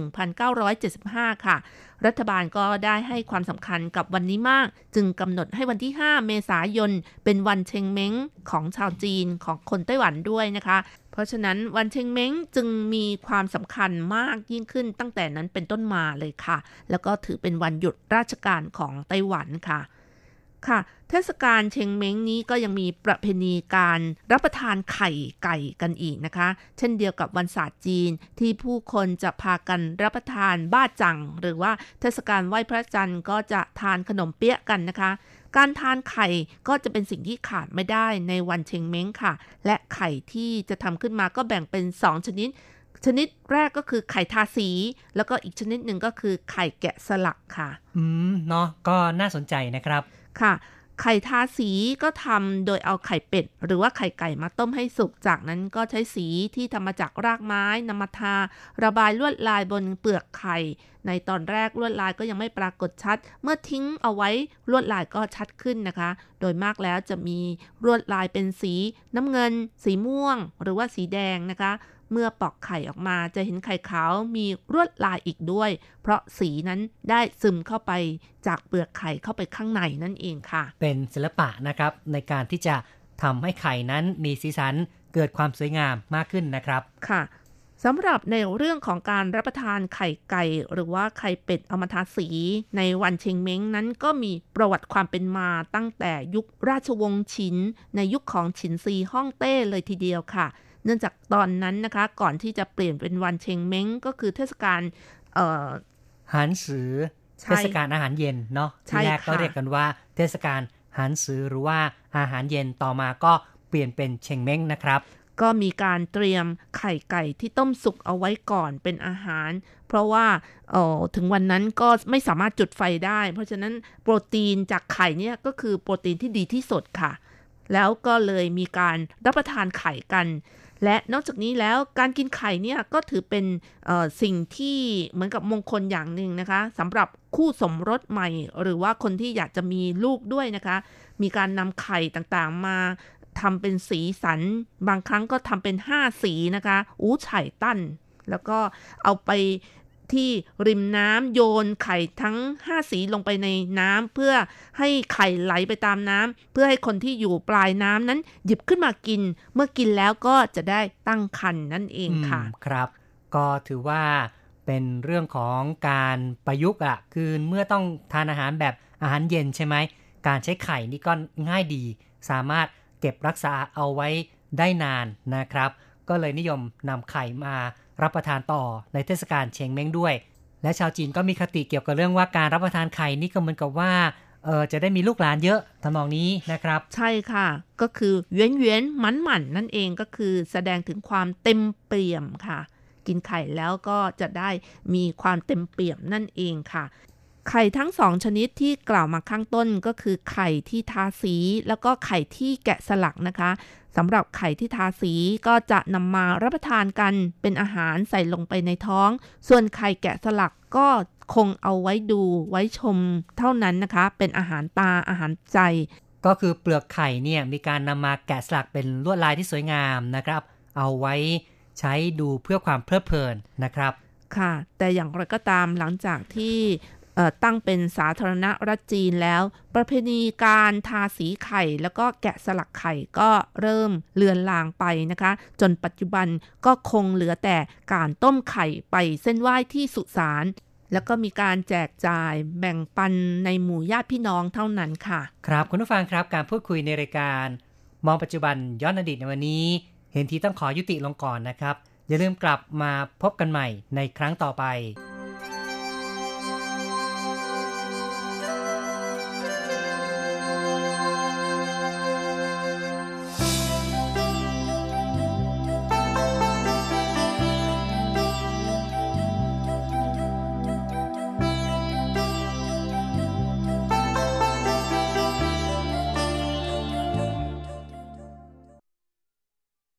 1975 ค่ะรัฐบาลก็ได้ให้ความสำคัญกับวันนี้มากจึงกำหนดให้วันที่5เมษายนเป็นวันเชงเม้งของชาวจีนของคนไต้หวันด้วยนะคะเพราะฉะนั้นวันเชงเม้งจึงมีความสำคัญมากยิ่งขึ้นตั้งแต่นั้นเป็นต้นมาเลยค่ะแล้วก็ถือเป็นวันหยุดราชการของไต้หวันค่ะเทศกาลเชงเม้งนี้ก็ยังมีประเพณีการรับประทานไข่ไก่กันอีกนะคะเช่นเดียวกับวันศาสตร์จีนที่ผู้คนจะพากันรับประทานบ้าจังหรือว่าเทศกาลไหว้พระจันทร์ก็จะทานขนมเปี๊ยะกันนะคะการทานไข่ก็จะเป็นสิ่งที่ขาดไม่ได้ในวันเชงเม้งค่ะและไข่ที่จะทำขึ้นมาก็แบ่งเป็น2ชนิดแรกก็คือไข่ทาสีแล้วก็อีกชนิดหนึ่งก็คือไข่แกะสลักค่ะเนาะก็น่าสนใจนะครับค่ะไข่ทาสีก็ทำโดยเอาไข่เป็ดหรือว่าไข่ไก่มาต้มให้สุกจากนั้นก็ใช้สีที่ทำมาจากรากไม้นำมาทาระบายลวดลายบนเปลือกไข่ในตอนแรกลวดลายก็ยังไม่ปรากฏชัดเมื่อทิ้งเอาไว้ลวดลายก็ชัดขึ้นนะคะโดยมากแล้วจะมีลวดลายเป็นสีน้ำเงินสีม่วงหรือว่าสีแดงนะคะเมื่อปอกไข่ออกมาจะเห็นไข่ขาวมีลวดลายอีกด้วยเพราะสีนั้นได้ซึมเข้าไปจากเปลือกไข่เข้าไปข้างในนั่นเองค่ะเป็นศิลปะนะครับในการที่จะทำให้ไข่นั้นมีสีสันเกิดความสวยงามมากขึ้นนะครับค่ะสำหรับในเรื่องของการรับประทานไข่ไก่หรือว่าไข่เป็ดเอามาทาสีในวันเชงเม้งนั้นก็มีประวัติความเป็นมาตั้งแต่ยุคราชวงศ์ฉินในยุคของฉินซีฮ่องเต้เลยทีเดียวค่ะเนื่องจากตอนนั้นนะคะก่อนที่จะเปลี่ยนเป็นวันเชงเม้งก็คือเทศกาลหานซือเทศกาลอาหารเย็นเนาะที่แรกก็เรียกกันว่าเทศกาลหานซือหรือว่าอาหารเย็นต่อมาก็เปลี่ยนเป็นเชงเม้งนะครับก็มีการเตรียมไข่ไก่ที่ต้มสุกเอาไว้ก่อนเป็นอาหารเพราะว่าถึงวันนั้นก็ไม่สามารถจุดไฟได้เพราะฉะนั้นโปรตีนจากไข่เนี่ยก็คือโปรตีนที่ดีที่สุดค่ะแล้วก็เลยมีการรับประทานไข่กันและนอกจากนี้แล้วการกินไข่เนี่ยก็ถือเป็นสิ่งที่เหมือนกับมงคลอย่างหนึ่งนะคะสำหรับคู่สมรสใหม่หรือว่าคนที่อยากจะมีลูกด้วยนะคะมีการนำไข่ต่างๆมาทำเป็นสีสันบางครั้งก็ทำเป็น5สีนะคะไฉ่ตั้นแล้วก็เอาไปที่ริมน้ำโยนไข่ทั้ง5สีลงไปในน้ำเพื่อให้ไข่ไหลไปตามน้ำเพื่อให้คนที่อยู่ปลายน้ำนั้นหยิบขึ้นมากินเมื่อกินแล้วก็จะได้ตั้งครรภ์นั่นเองค่ะครับก็ถือว่าเป็นเรื่องของการประยุกต์คือเมื่อต้องทานอาหารแบบอาหารเย็นใช่ไหมการใช้ไข่นี่ก็ง่ายดีสามารถเก็บรักษาเอาไว้ได้นานนะครับก็เลยนิยมนำไข่มารับประทานต่อในเทศกาลเชงเม้งด้วยและชาวจีนก็มีคติเกี่ยวกับเรื่องว่าการรับประทานไข่นี่ก็เหมือนกับว่าจะได้มีลูกหลานเยอะทำนองนี้นะครับใช่ค่ะก็คือเวียนๆหมันๆนั่นเองก็คือแสดงถึงความเต็มเปี่ยมค่ะกินไข่แล้วก็จะได้มีความเต็มเปี่ยมนั่นเองค่ะไข่ทั้ง2ชนิดที่กล่าวมาข้างต้นก็คือไข่ที่ทาสีแล้วก็ไข่ที่แกะสลักนะคะสำหรับไข่ที่ทาสีก็จะนำมารับประทานกันเป็นอาหารใส่ลงไปในท้องส่วนไข่แกะสลักก็คงเอาไว้ดูไว้ชมเท่านั้นนะคะเป็นอาหารตาอาหารใจก็คือเปลือกไข่เนี่ยมีการนำมาแกะสลักเป็นลวดลายที่สวยงามนะครับเอาไว้ใช้ดูเพื่อความเพลิดเพลินนะครับค่ะแต่อย่างไรก็ตามหลังจากที่ตั้งเป็นสาธารณรัฐจีนแล้วประเพณีการทาสีไข่แล้วก็แกะสลักไข่ก็เริ่มเลือนลางไปนะคะจนปัจจุบันก็คงเหลือแต่การต้มไข่ไปเส้นไหว้ที่สุสานแล้วก็มีการแจกจ่ายแบ่งปันในหมู่ญาติพี่น้องเท่านั้นค่ะครับคุณผู้ฟังครับการพูดคุยในรายการมองปัจจุบันย้อนอดีตในวันนี้เห็นทีต้องขอยุติลงก่อนนะครับอย่าลืมกลับมาพบกันใหม่ในครั้งต่อไป